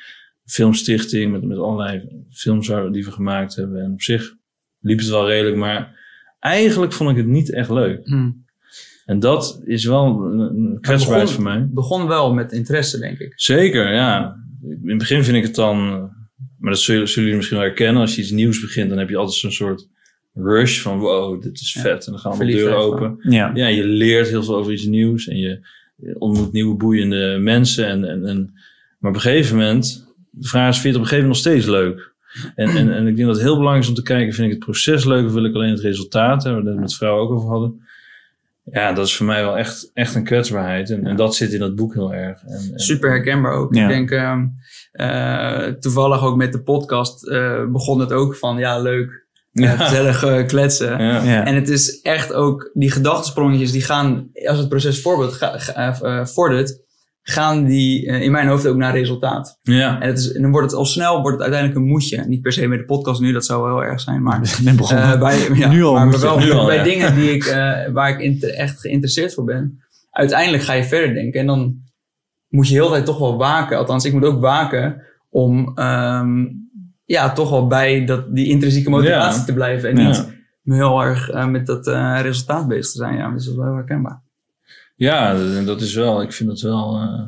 filmstichting met, met allerlei films waar, die we gemaakt hebben. En op zich liep het wel redelijk, maar eigenlijk vond ik het niet echt leuk. Hmm. En dat is wel een kwetsbaarheid begon, voor mij. begon wel met interesse, denk ik. Zeker, ja. In het begin vind ik het dan... Maar dat zullen, zullen jullie misschien wel herkennen. Als je iets nieuws begint, dan heb je altijd zo'n soort rush van... Wow, dit is vet. En dan gaan alle deuren open. Ja. Ja, je leert heel veel over iets nieuws. En je, je ontmoet nieuwe boeiende mensen. En, en, en, maar op een gegeven moment... De vraag is, vind je het op een gegeven moment nog steeds leuk? En, en, en ik denk dat het heel belangrijk is om te kijken... Vind ik het proces leuk of wil ik alleen het resultaat? Waar we het met vrouwen ook over hadden. Ja, dat is voor mij wel echt, echt een kwetsbaarheid. En, en dat zit in dat boek heel erg. En, en, Super herkenbaar ook. Ja. Ik denk, uh, uh, toevallig ook met de podcast uh, begon het ook van, ja, leuk, uh, ja. gezellig uh, kletsen. Ja. Ja. En het is echt ook, die gedachtensprongetjes, die gaan, als het proces voorbeeld, ga, ga, uh, vordert, gaan die uh, in mijn hoofd ook naar resultaat. Ja. En, het is, en dan wordt het al snel, wordt het uiteindelijk een moetje. Niet per se met de podcast nu, dat zou wel heel erg zijn. Maar uh, bij, ja, nu al, maar wel nu al, bij ja. dingen die ik, uh, waar ik inter, echt geïnteresseerd voor ben. Uiteindelijk ga je verder denken. En dan moet je heel de tijd toch wel waken. Althans, ik moet ook waken om um, ja, toch wel bij dat, die intrinsieke motivatie ja. te blijven. En niet ja. heel erg uh, met dat uh, resultaat bezig te zijn. Ja, dus dat is wel heel herkenbaar. Ja, dat is wel, ik vind dat wel, uh,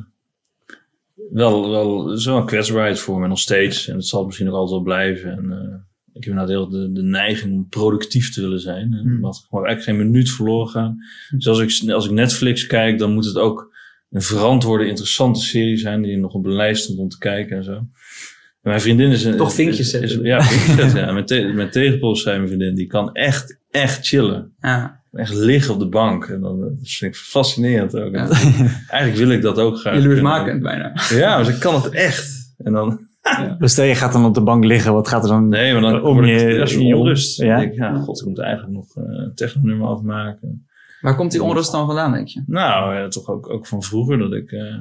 wel, wel, dat is wel een kwetsbaarheid voor me nog steeds. En het zal misschien ook altijd wel blijven. En uh, ik heb inderdaad heel de, de neiging om productief te willen zijn. En mm. mag gewoon eigenlijk geen minuut verloren gaan. Mm. Dus als ik, als ik Netflix kijk, dan moet het ook een verantwoorde, interessante serie zijn die nog op een lijst stond om te kijken en zo. En mijn vriendin is een... Toch vinkjes zetten. Is, is, ja, vinkjes zetten. Ja. Mijn, te, mijn tegenpols zijn mijn vriendin, die kan echt, echt chillen. Ja. Echt liggen op de bank. En dan, dat vind ik fascinerend ook. Ja. Eigenlijk wil ik dat ook graag. Jaloersmakend bijna. Ja, maar ze kan het echt. En dan... Ja. Dus stel je gaat dan op de bank liggen, wat gaat er dan nee, maar dan om word je, ik in onrust. Ja? Dan denk ik, ja, god, ik moet eigenlijk nog uh, een technonummer afmaken. Waar komt die onrust dan vandaan, denk je? Nou, ja, toch ook, ook van vroeger. Dat ik... Uh,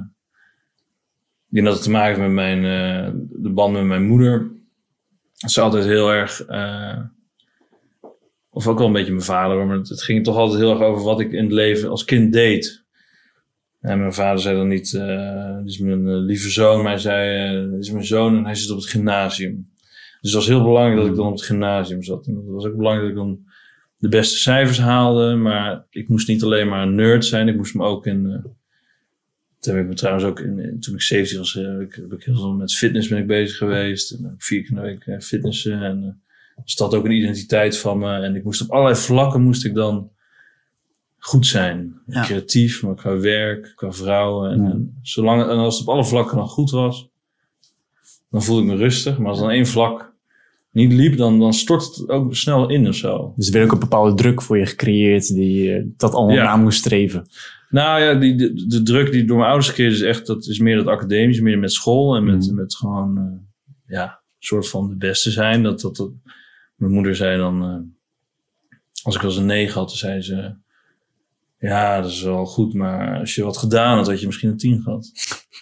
ik denk dat het te maken heeft met mijn, uh, de band met mijn moeder. Ze is altijd heel erg... Uh, of ook wel een beetje mijn vader. Maar het, het ging toch altijd heel erg over wat ik in het leven als kind deed. En mijn vader zei dan niet... Uh, dit is mijn uh, lieve zoon. Maar hij zei... Uh, dit is mijn zoon en hij zit op het gymnasium. Dus het was heel belangrijk dat ik dan op het gymnasium zat. En het was ook belangrijk dat ik dan de beste cijfers haalde. Maar ik moest niet alleen maar een nerd zijn. Ik moest me ook in... Uh, toen heb ik me trouwens ook... In, in, toen ik zeventien was... Uh, ik, heb ik heel veel met fitness ben ik bezig geweest. En, uh, vier keer in de week uh, fitnessen. En... Uh, was dat ook een identiteit van me. En ik moest op allerlei vlakken moest ik dan goed zijn. Ja. Creatief, maar qua werk, qua vrouwen. En, ja. en, zolang, en als het op alle vlakken dan goed was, dan voelde ik me rustig. Maar als dan één vlak niet liep, dan, dan stort het ook snel in of zo. Dus er werd ook een bepaalde druk voor je gecreëerd die uh, dat allemaal ja. na moest streven. Nou ja, die, de, de druk die door mijn ouders gecreëerd is echt, dat is meer dat academisch, meer met school en met, mm. met gewoon, uh, ja, een soort van de beste zijn. Dat, dat, dat, mijn moeder zei dan, uh, als ik wel eens een negen had, dan zei ze, ja, dat is wel goed, maar als je wat gedaan had, had je misschien een tien gehad.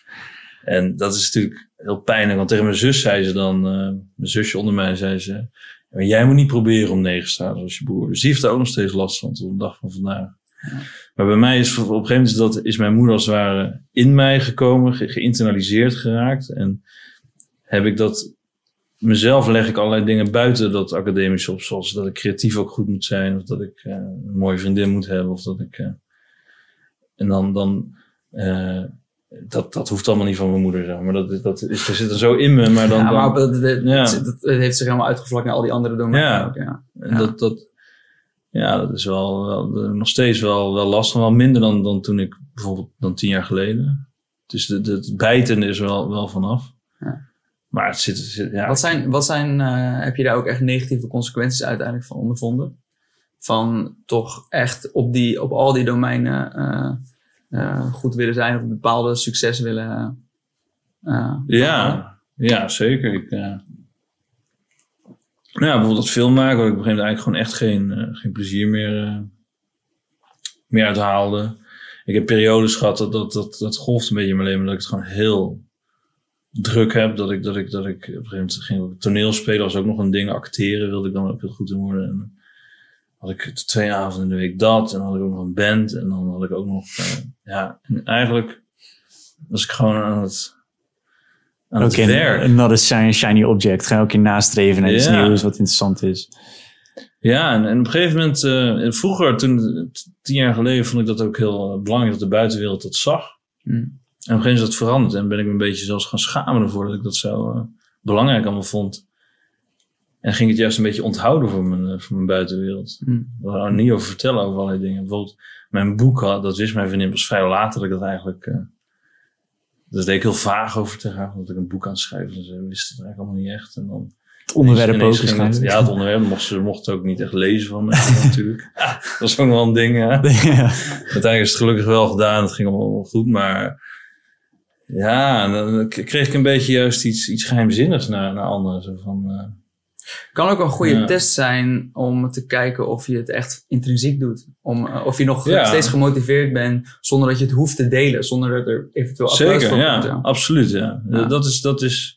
En dat is natuurlijk heel pijnlijk, want tegen mijn zus zei ze dan, uh, mijn zusje onder mij zei ze, ja, jij moet niet proberen om negen te staan zoals je broer. Dus die heeft er ook nog steeds last van tot de dag van vandaag. Ja. Maar bij mij is op een gegeven moment is, dat, is mijn moeder als het ware in mij gekomen, ge- geïnternaliseerd geraakt. En heb ik dat, mezelf leg ik allerlei dingen buiten dat academische op, zoals dat ik creatief ook goed moet zijn, of dat ik uh, een mooie vriendin moet hebben, of dat ik... Uh, en dan... dan uh, Dat, dat hoeft allemaal niet van mijn moeder, zeg maar. Dat, dat is, dat zit er zo in me, maar dan... Ja, maar dan, dat, dat, ja. dat, dat heeft zich helemaal uitgevlakt naar al die andere domeinen. Ja, ook, ja. En ja. Dat, dat, ja, dat is wel, wel nog steeds wel, wel lastig. Wel minder dan, dan toen ik, bijvoorbeeld, dan tien jaar geleden. Dus de, de, het bijten is wel, wel vanaf. Ja. Maar het zit... Het zit ja. Wat zijn, wat zijn uh, heb je daar ook echt negatieve consequenties uiteindelijk van ondervonden? Van toch echt op, die, op al die domeinen... Uh, Uh, goed willen zijn of een bepaalde succes willen. Uh, ja, ja, zeker. Ik, uh, nou ja, bijvoorbeeld dat film maken, waar ik op een gegeven moment eigenlijk gewoon echt geen, uh, geen plezier meer, uh, meer uit haalde. Ik heb periodes gehad dat, dat, dat, dat golft een beetje in mijn leven, dat ik het gewoon heel druk heb. Dat ik, dat ik, dat ik op een gegeven moment ging toneel spelen, was ook nog een ding, acteren wilde ik dan ook heel goed in worden. En, had ik twee avonden in de week dat. En dan had ik ook nog een band. En dan had ik ook nog... Uh, ja, en eigenlijk was ik gewoon aan het... aan het Ook werk. in not a shiny, shiny object. Ga je ook in nastreven naar iets Ja. nieuws wat interessant is. Ja, en, en op een gegeven moment, uh, vroeger, toen, tien jaar geleden, vond ik dat ook heel belangrijk dat de buitenwereld dat zag. Mm. En op een gegeven moment is dat veranderd en ben ik me een beetje zelfs gaan schamen ervoor dat ik dat zo uh, belangrijk allemaal vond. En ging het juist een beetje onthouden voor mijn, uh, voor mijn buitenwereld. Mm. Ik wil er niet over vertellen over allerlei dingen. Bijvoorbeeld mijn boek, had, dat wist mijn vriendin pas vrij later dat ik dat eigenlijk... Uh, dat deed ik heel vaag over tegen haar, omdat ik een boek aan het schrijven was. Ze wist het eigenlijk allemaal niet echt. En dan... Het onderwerp ook ineens ging het, waarschijnlijk. Ja, het onderwerp. Mocht ze mocht het ook niet echt lezen van mij natuurlijk. Dat was ook nog wel een ding. Ja. Ja. Uiteindelijk is het gelukkig wel gedaan. Het ging allemaal wel goed. Maar ja, dan kreeg ik een beetje juist iets, iets geheimzinnigs naar, naar anderen. Zo van, uh, Kan ook een goede Ja. test zijn om te kijken of je het echt intrinsiek doet. Om, uh, of je nog Ja. steeds gemotiveerd bent zonder dat je het hoeft te delen. Zonder dat er eventueel applaus zeker, voor ja. komt. Ja. Absoluut, ja. Ja. Dat is... Dat is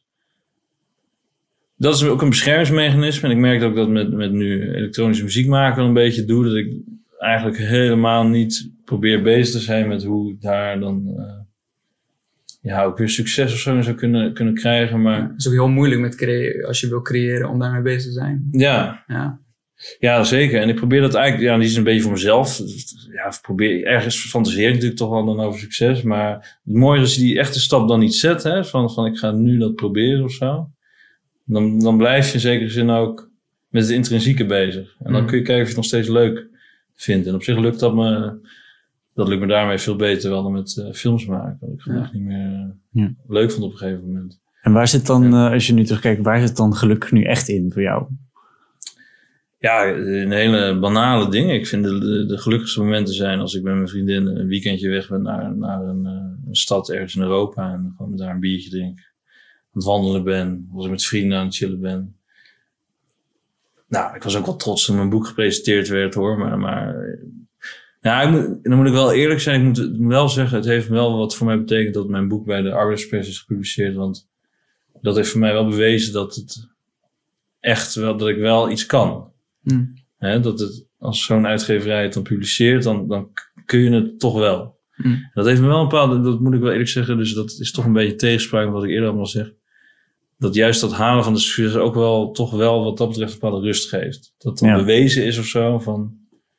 Dat is ook een beschermingsmechanisme. En ik merk ook dat met, met nu elektronische muziek maken wel een beetje doe. Dat ik eigenlijk helemaal niet probeer bezig te zijn met hoe ik daar dan uh, ja, ook weer succes of zo in zou kunnen, kunnen krijgen. Maar Het is ook heel moeilijk met crea- als je wil creëren om daarmee bezig te zijn. ja, Ja. ja, zeker. En ik probeer dat eigenlijk, ja, die is een beetje voor mezelf. Ja, ik probeer, ergens fantaseer ik natuurlijk toch wel dan over succes. Maar het mooie is als je die echte stap dan niet zet. Hè, van, van ik ga nu dat proberen of zo. Dan, dan blijf je in zekere zin ook met het intrinsieke bezig. En dan Mm. kun je kijken of je het nog steeds leuk vindt. En op zich lukt dat me, dat lukt me daarmee veel beter wel dan met uh, films maken. Dat ik gewoon Ja. echt niet meer uh, Ja. leuk vond op een gegeven moment. En waar zit dan, uh, als je nu terugkijkt, waar zit dan geluk nu echt in voor jou? Ja, een hele banale dingen. Ik vind de, de, de gelukkigste momenten zijn als ik met mijn vriendin een weekendje weg ben naar, naar een, uh, een stad ergens in Europa. En gewoon met haar een biertje drink. Aan het wandelen ben. Als ik met vrienden aan het chillen ben. Nou, ik was ook wel trots toen mijn boek gepresenteerd werd hoor. Maar, maar ja, ik moet, dan moet ik wel eerlijk zijn. Ik moet, ik moet wel zeggen, het heeft wel wat voor mij betekend dat mijn boek bij de Arbeiderspers is gepubliceerd. Want dat heeft voor mij wel bewezen dat het echt wel, dat ik wel iets kan. Mm. Hè, dat het, als zo'n uitgeverij het dan publiceert, dan, dan kun je het toch wel. Mm. Dat heeft me wel een bepaalde, dat moet ik wel eerlijk zeggen, dus dat is toch een beetje tegenspraak met wat ik eerder allemaal zeg. Dat juist dat halen van de succes ook wel, toch wel wat dat betreft een bepaalde rust geeft. Dat dan Ja. bewezen is of zo, van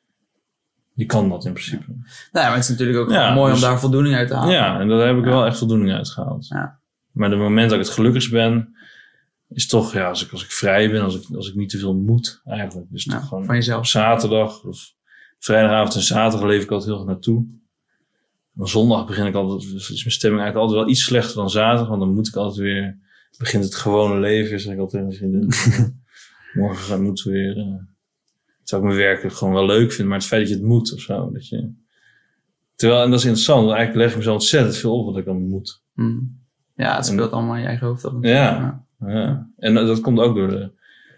je kan dat in principe. Nou ja, maar het is natuurlijk ook Ja, gewoon mooi dus- om daar voldoening uit te halen. Ja, en daar heb ik Ja. wel echt voldoening uit gehaald. Ja. Maar de moment dat ik het gelukkigst ben, is toch, ja, als ik, als ik vrij ben, als ik, als ik niet te veel moet eigenlijk. Dus Ja, toch gewoon van jezelf. op zaterdag of vrijdagavond en zaterdag leef ik altijd heel erg naartoe. En zondag begin ik altijd, dus is mijn stemming eigenlijk altijd wel iets slechter dan zaterdag, want dan moet ik altijd weer, begint het gewone leven, zeg ik altijd tegen mijn vriendin. Morgen gaan moeten we weer, uh, zou ik mijn werk gewoon wel leuk vinden, maar het feit dat je het moet of zo, dat je, terwijl, en dat is interessant, want eigenlijk leg ik mezelf ontzettend veel op wat ik dan moet. Mm. Ja, het speelt allemaal in je eigen hoofd. af. Ja. Ja, en dat komt ook door de,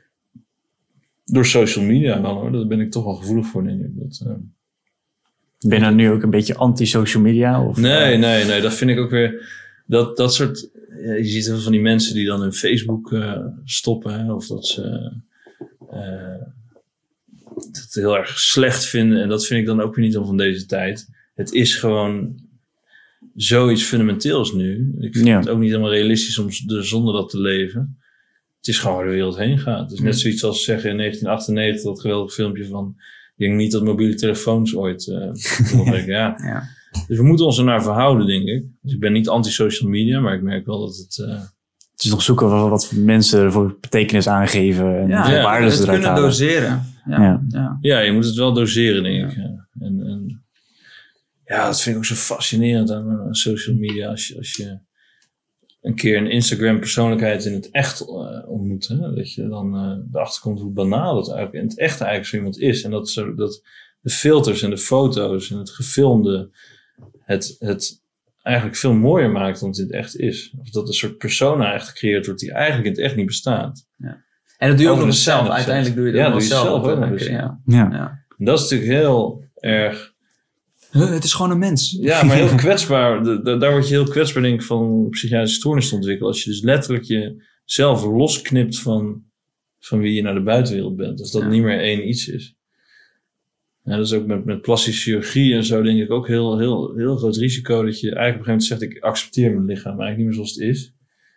door social media wel hoor. Daar ben ik toch wel gevoelig voor, denk ik. Dat, uh... Ben je dan nu ook een beetje anti-social media? Of, Nee, uh, nee, nee. Dat vind ik ook weer, dat, dat soort, ja, je ziet heel veel van die mensen die dan hun Facebook uh, stoppen. Hè, of dat ze uh, het heel erg slecht vinden. En dat vind ik dan ook weer niet om van deze tijd. Het is gewoon zoiets fundamenteels nu. Ik vind Ja. het ook niet helemaal realistisch om z- zonder dat te leven. Het is gewoon waar de wereld heen gaat. Het is net zoiets als zeggen in negentien achtennegentig dat geweldig filmpje van, ik denk niet dat mobiele telefoons ooit uh, doorbreken. Ja. Ja. Dus we moeten ons ernaar verhouden, denk ik. Dus ik ben niet anti-social media, maar ik merk wel dat het... Uh, Het is nog zoeken wat, wat mensen er voor betekenis aangeven en Ja, hoeveel ja, waarde ze het eruit kunnen halen. doseren. Ja. Ja. Ja. ja, je moet het wel doseren, denk ik. Ja. En, en ja, dat vind ik ook zo fascinerend aan, aan social media. Als je, als je een keer een Instagram persoonlijkheid in het echt uh, ontmoet. Hè? Dat je dan uh, erachter komt hoe banaal dat eigenlijk in het echte eigenlijk zo iemand is. En dat, zo, dat de filters en de foto's en het gefilmde het, het eigenlijk veel mooier maakt dan het in het echt is. Of dat een soort persona echt gecreëerd wordt die eigenlijk in het echt niet bestaat. En dat doe je ook Over nog de zelf. scène Uiteindelijk doe je dat Ja, nog doe je zelf. zelf ook nog Ja. eens. Ja. Ja. Ja. En dat is natuurlijk heel erg... Huh, het is gewoon een mens. Ja, maar heel kwetsbaar. De, de, daar word je heel kwetsbaar, denk ik, van psychiatrische stoornis te ontwikkelen. Als je dus letterlijk jezelf losknipt van, van wie je naar de buitenwereld bent. Als dat Ja. niet meer één iets is. Ja, dat is ook met, met plastische chirurgie en zo, denk ik, ook heel, heel, heel groot risico. Dat je eigenlijk op een gegeven moment zegt, ik accepteer mijn lichaam eigenlijk niet meer zoals het is.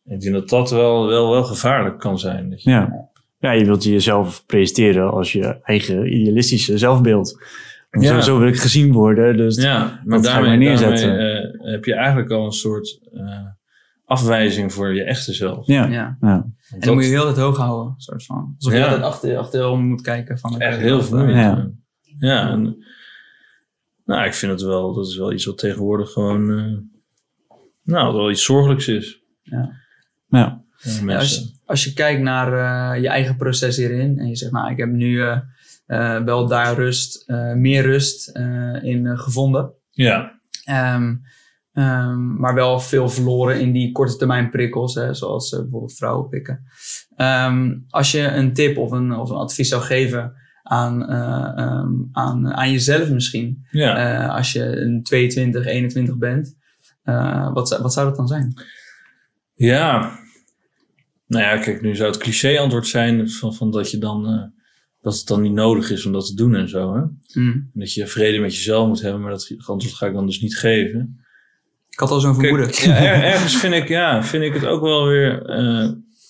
Ik denk dat dat wel, wel, wel gevaarlijk kan zijn. Dat je, Ja. ja, je wilt jezelf presenteren als je eigen idealistische zelfbeeld. Ja. Zo, zo wil ik gezien worden, dus ja, maar dat ga ik daarmee, maar neerzetten. daarmee uh, heb je eigenlijk al een soort uh, afwijzing voor je echte zelf. Ja. Ja. Ja. En dan dat, moet je heel het hoog houden. Soort van. Alsof je Ja. altijd achter, achterom moet kijken. Van, echt oké, heel wat, vermoeiend. Ja. Ja, ja en, nou, ik vind het wel, dat is wel iets wat tegenwoordig gewoon, uh, nou, wel iets zorgelijks is. Ja. Ja. Ja, als, je, als je kijkt naar uh, je eigen proces hierin en je zegt, nou, ik heb nu uh, uh, wel daar rust, uh, meer rust uh, in uh, gevonden. Ja. Um, um, maar wel veel verloren in die korte termijn prikkels, hè, zoals uh, bijvoorbeeld vrouwen pikken. Um, als je een tip of een, of een advies zou geven aan, uh, um, aan, aan jezelf misschien, Ja. uh, als je een tweeëntwintig, eenentwintig bent, uh, wat, wat zou dat dan zijn? Ja. Nou ja, kijk, nu zou het cliché antwoord zijn van, van dat je dan, uh, dat het dan niet nodig is om dat te doen en zo, hè. Mm. Dat je vrede met jezelf moet hebben, maar dat antwoord ga ik dan dus niet geven. Ik had al zo'n vermoeden. Kijk, ja, er, ergens vind ik, ja, vind ik het ook wel weer, uh,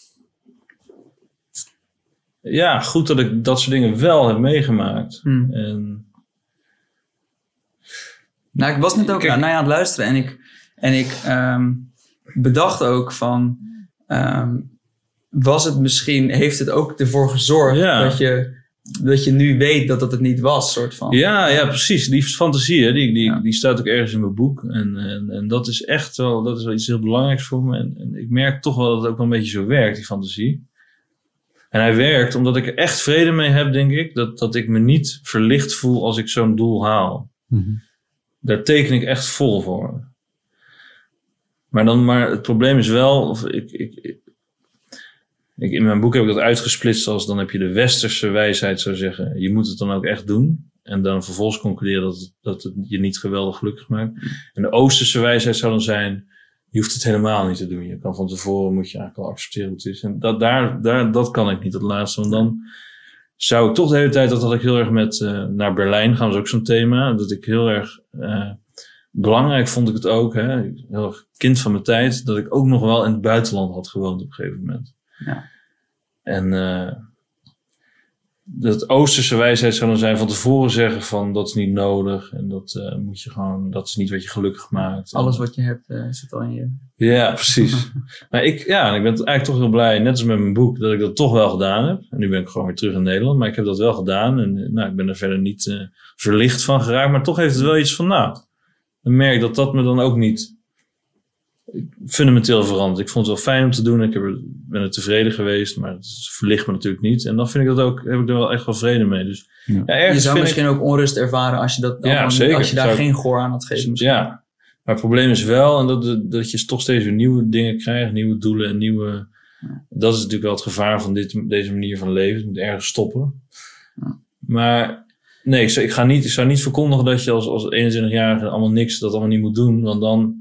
ja, goed dat ik dat soort dingen wel heb meegemaakt. Mm. En, nou, ik was net ook Kijk, naar je aan het luisteren en ik, en ik um, bedacht ook van, um, was het misschien, heeft het ook ervoor gezorgd Ja. dat, je, dat je nu weet dat dat het niet was, soort van. ja, ja, precies. Die fantasie, hè, die, die, Ja. die staat ook ergens in mijn boek. En, en, en dat is echt wel, dat is wel iets heel belangrijks voor me. En, en ik merk toch wel dat het ook wel een beetje zo werkt, die fantasie. En hij werkt omdat ik er echt vrede mee heb, denk ik, dat, dat ik me niet verlicht voel als ik zo'n doel haal. Mm-hmm. Daar teken ik echt vol voor. Maar, dan, maar het probleem is wel, of ik, ik, ik, ik, in mijn boek heb ik dat uitgesplitst als dan heb je de westerse wijsheid zou zeggen, je moet het dan ook echt doen. En dan vervolgens concluderen dat het, dat het je niet geweldig gelukkig maakt. En de oosterse wijsheid zou dan zijn, je hoeft het helemaal niet te doen. Je kan van tevoren, moet je eigenlijk al accepteren hoe het is. En dat, daar, daar, dat kan ik niet, dat laatste. Want dan zou ik toch de hele tijd, dat had ik heel erg met, uh, naar Berlijn gaan, was ook zo'n thema. Dat ik heel erg, uh, belangrijk vond ik het ook, hè, heel erg kind van mijn tijd, dat ik ook nog wel in het buitenland had gewoond op een gegeven moment. Ja. En uh, dat oosterse wijsheid zou dan zijn van tevoren zeggen van dat is niet nodig en dat uh, moet je gewoon, dat is niet wat je gelukkig maakt. Alles wat je hebt uh, zit al in je. Ja, precies. Maar ik, ja, en ik ben eigenlijk toch heel blij, net als met mijn boek, dat ik dat toch wel gedaan heb. En nu ben ik gewoon weer terug in Nederland, maar ik heb dat wel gedaan. En nou, ik ben er verder niet uh, verlicht van geraakt, maar toch heeft het wel iets van, nou, dan merk ik dat dat me dan ook niet fundamenteel verandert. Ik vond het wel fijn om te doen, ik heb er, ben er tevreden geweest, maar het verlicht me natuurlijk niet. En dan vind ik dat ook, heb ik er wel echt wel vrede mee. Dus, Ja. ja, ergens Je zou vind misschien ik, ook onrust ervaren als je, dat Ja, allemaal- zeker. als je daar Zou- geen gehoor aan had gegeven. misschien. Ja, maar het probleem is wel en dat, dat je toch steeds weer nieuwe dingen krijgt, nieuwe doelen en nieuwe. Dat is natuurlijk wel het gevaar van dit, deze manier van leven. Het moet ergens stoppen. Ja. Maar nee, ik zou, ik, ga niet, ik zou niet verkondigen dat je als, als eenentwintigjarige allemaal niks, dat allemaal niet moet doen. Want dan,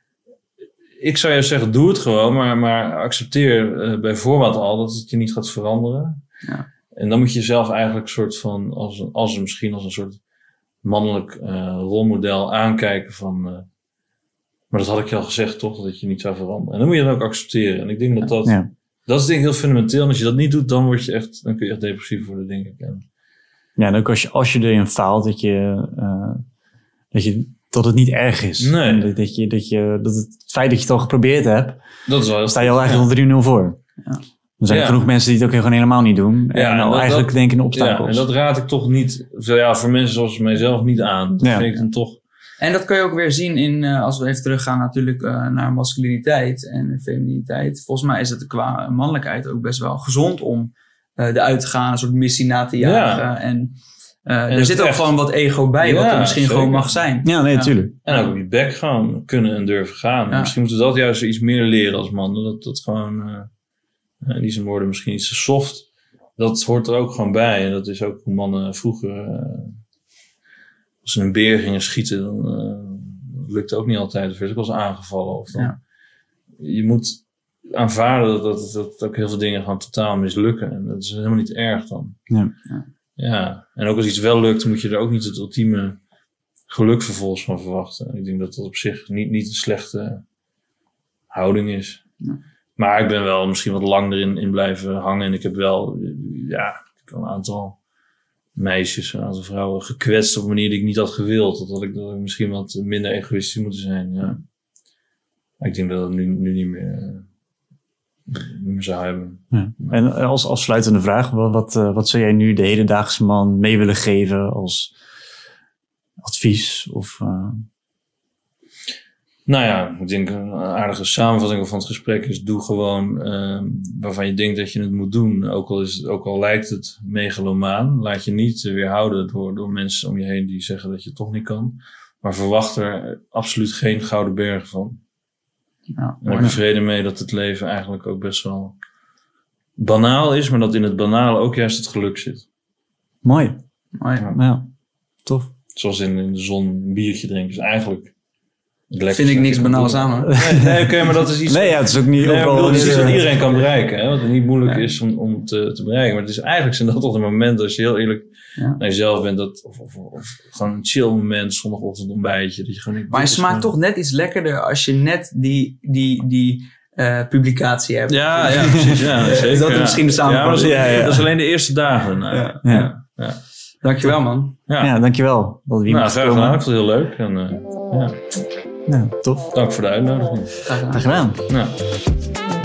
ik zou juist zeggen, doe het gewoon, maar, maar accepteer uh, bij voorbaat al dat het je niet gaat veranderen. Ja. En dan moet je jezelf eigenlijk een soort van, als, een, als een, misschien als een soort mannelijk uh, rolmodel aankijken van, uh, maar dat had ik je al gezegd toch, dat je niet zou veranderen. En dan moet je dat ook accepteren. En ik denk dat dat, Ja. dat is denk ik heel fundamenteel. En als je dat niet doet, dan word je echt, dan kun je echt depressief worden, denk ik. En, Ja, en ook als je, als je erin faalt, dat je, uh, dat je, dat het niet erg is. Nee. En dat, dat je, dat je, dat het feit dat je het al geprobeerd hebt, dat is wel heel dan sta je al eigenlijk al drie nul voor. Ja. Er zijn Ja. genoeg mensen die het ook gewoon helemaal niet doen. En Ja, en al dat- eigenlijk dat- denken in Ja, obstakels. en dat raad ik toch niet, ja, voor mensen zoals mijzelf niet aan. Dat Ja. vind ik dan toch, En dat kan je ook weer zien in, uh, als we even teruggaan natuurlijk uh, naar masculiniteit en femininiteit. Volgens mij is het qua mannelijkheid ook best wel gezond om uh, eruit te gaan, een soort missie na te jagen. Ja. En, uh, er het zit ook echt- gewoon wat ego bij, wat Ja, er misschien zeker. gewoon mag zijn. Ja, nee, Ja. natuurlijk. en ook op je bek gaan kunnen en durven gaan. Ja. Misschien moeten we dat juist iets meer leren als mannen. Dat dat gewoon, uh, in die zin worden misschien iets te soft. Dat hoort er ook gewoon bij. En dat is ook hoe mannen vroeger, uh, als ze een beer gingen schieten, dan uh, dat lukte ook niet altijd. Of werd ook wel eens aangevallen. Of dan. Ja. Je moet aanvaarden dat, dat, dat ook heel veel dingen gewoon totaal mislukken. En dat is helemaal niet erg dan. Ja. Ja. Ja, en ook als iets wel lukt, moet je er ook niet het ultieme geluk vervolgens van verwachten. Ik denk dat dat op zich niet, niet een slechte houding is. Ja. Maar ik ben wel misschien wat lang erin in blijven hangen. En ik heb wel, ja, ik heb wel een aantal meisjes, een aantal vrouwen gekwetst op een manier die ik niet had gewild. Dat had ik, dat ik misschien wat minder egoïstisch moeten zijn. Ja. Maar ik denk dat het nu, nu niet meer, niet meer zou hebben. Ja. En als afsluitende vraag, wat, wat, wat zou jij nu de hedendaagse man mee willen geven als advies? Of, uh... Nou ja, ik denk een aardige samenvatting van het gesprek is: doe gewoon uh, waarvan je denkt dat je het moet doen. Ook al, is het, ook al lijkt het megalomaan. Laat je niet weerhouden door, door mensen om je heen die zeggen dat je het toch niet kan. Maar verwacht er absoluut geen gouden berg van. Ja, en heb je vrede mee dat het leven eigenlijk ook best wel banaal is, maar dat in het banale ook juist het geluk zit. Mooi. Mooi. Ja, ja. Tof. Zoals in, in de zon een biertje drinken is eigenlijk... Vind ik niks banaals aan, hoor. Nee, nee oké, okay, maar dat is iets... Nee, ja, het is ook niet... Nee, overal bedoel, het is iets wat uh, iedereen kan bereiken, hè? Wat het niet moeilijk ja. is om, om te, te bereiken. Maar het is eigenlijk zijn dat toch de momenten, als je heel eerlijk ja. naar jezelf bent, dat, of, of, of gewoon een chill moment, zondagochtend ontbijtje, dat je gewoon... Maar het smaakt toch net iets lekkerder als je net die, die, die uh, publicatie hebt. Ja, ja, precies. Ja, zeker, is dat ja. misschien de samenvatting? Ja, maar dat, is, Ja, ja. dat is alleen de eerste dagen. Nou, ja. Ja. Ja. Ja. Dankjewel, man. Ja. ja, dankjewel. Dat we hier Nou, mochten graag komen. gedaan. Ik vond het heel leuk. En, uh, ja. Ja, tof. Dank voor de uitnodiging. Graag gedaan. Graag gedaan. Ja.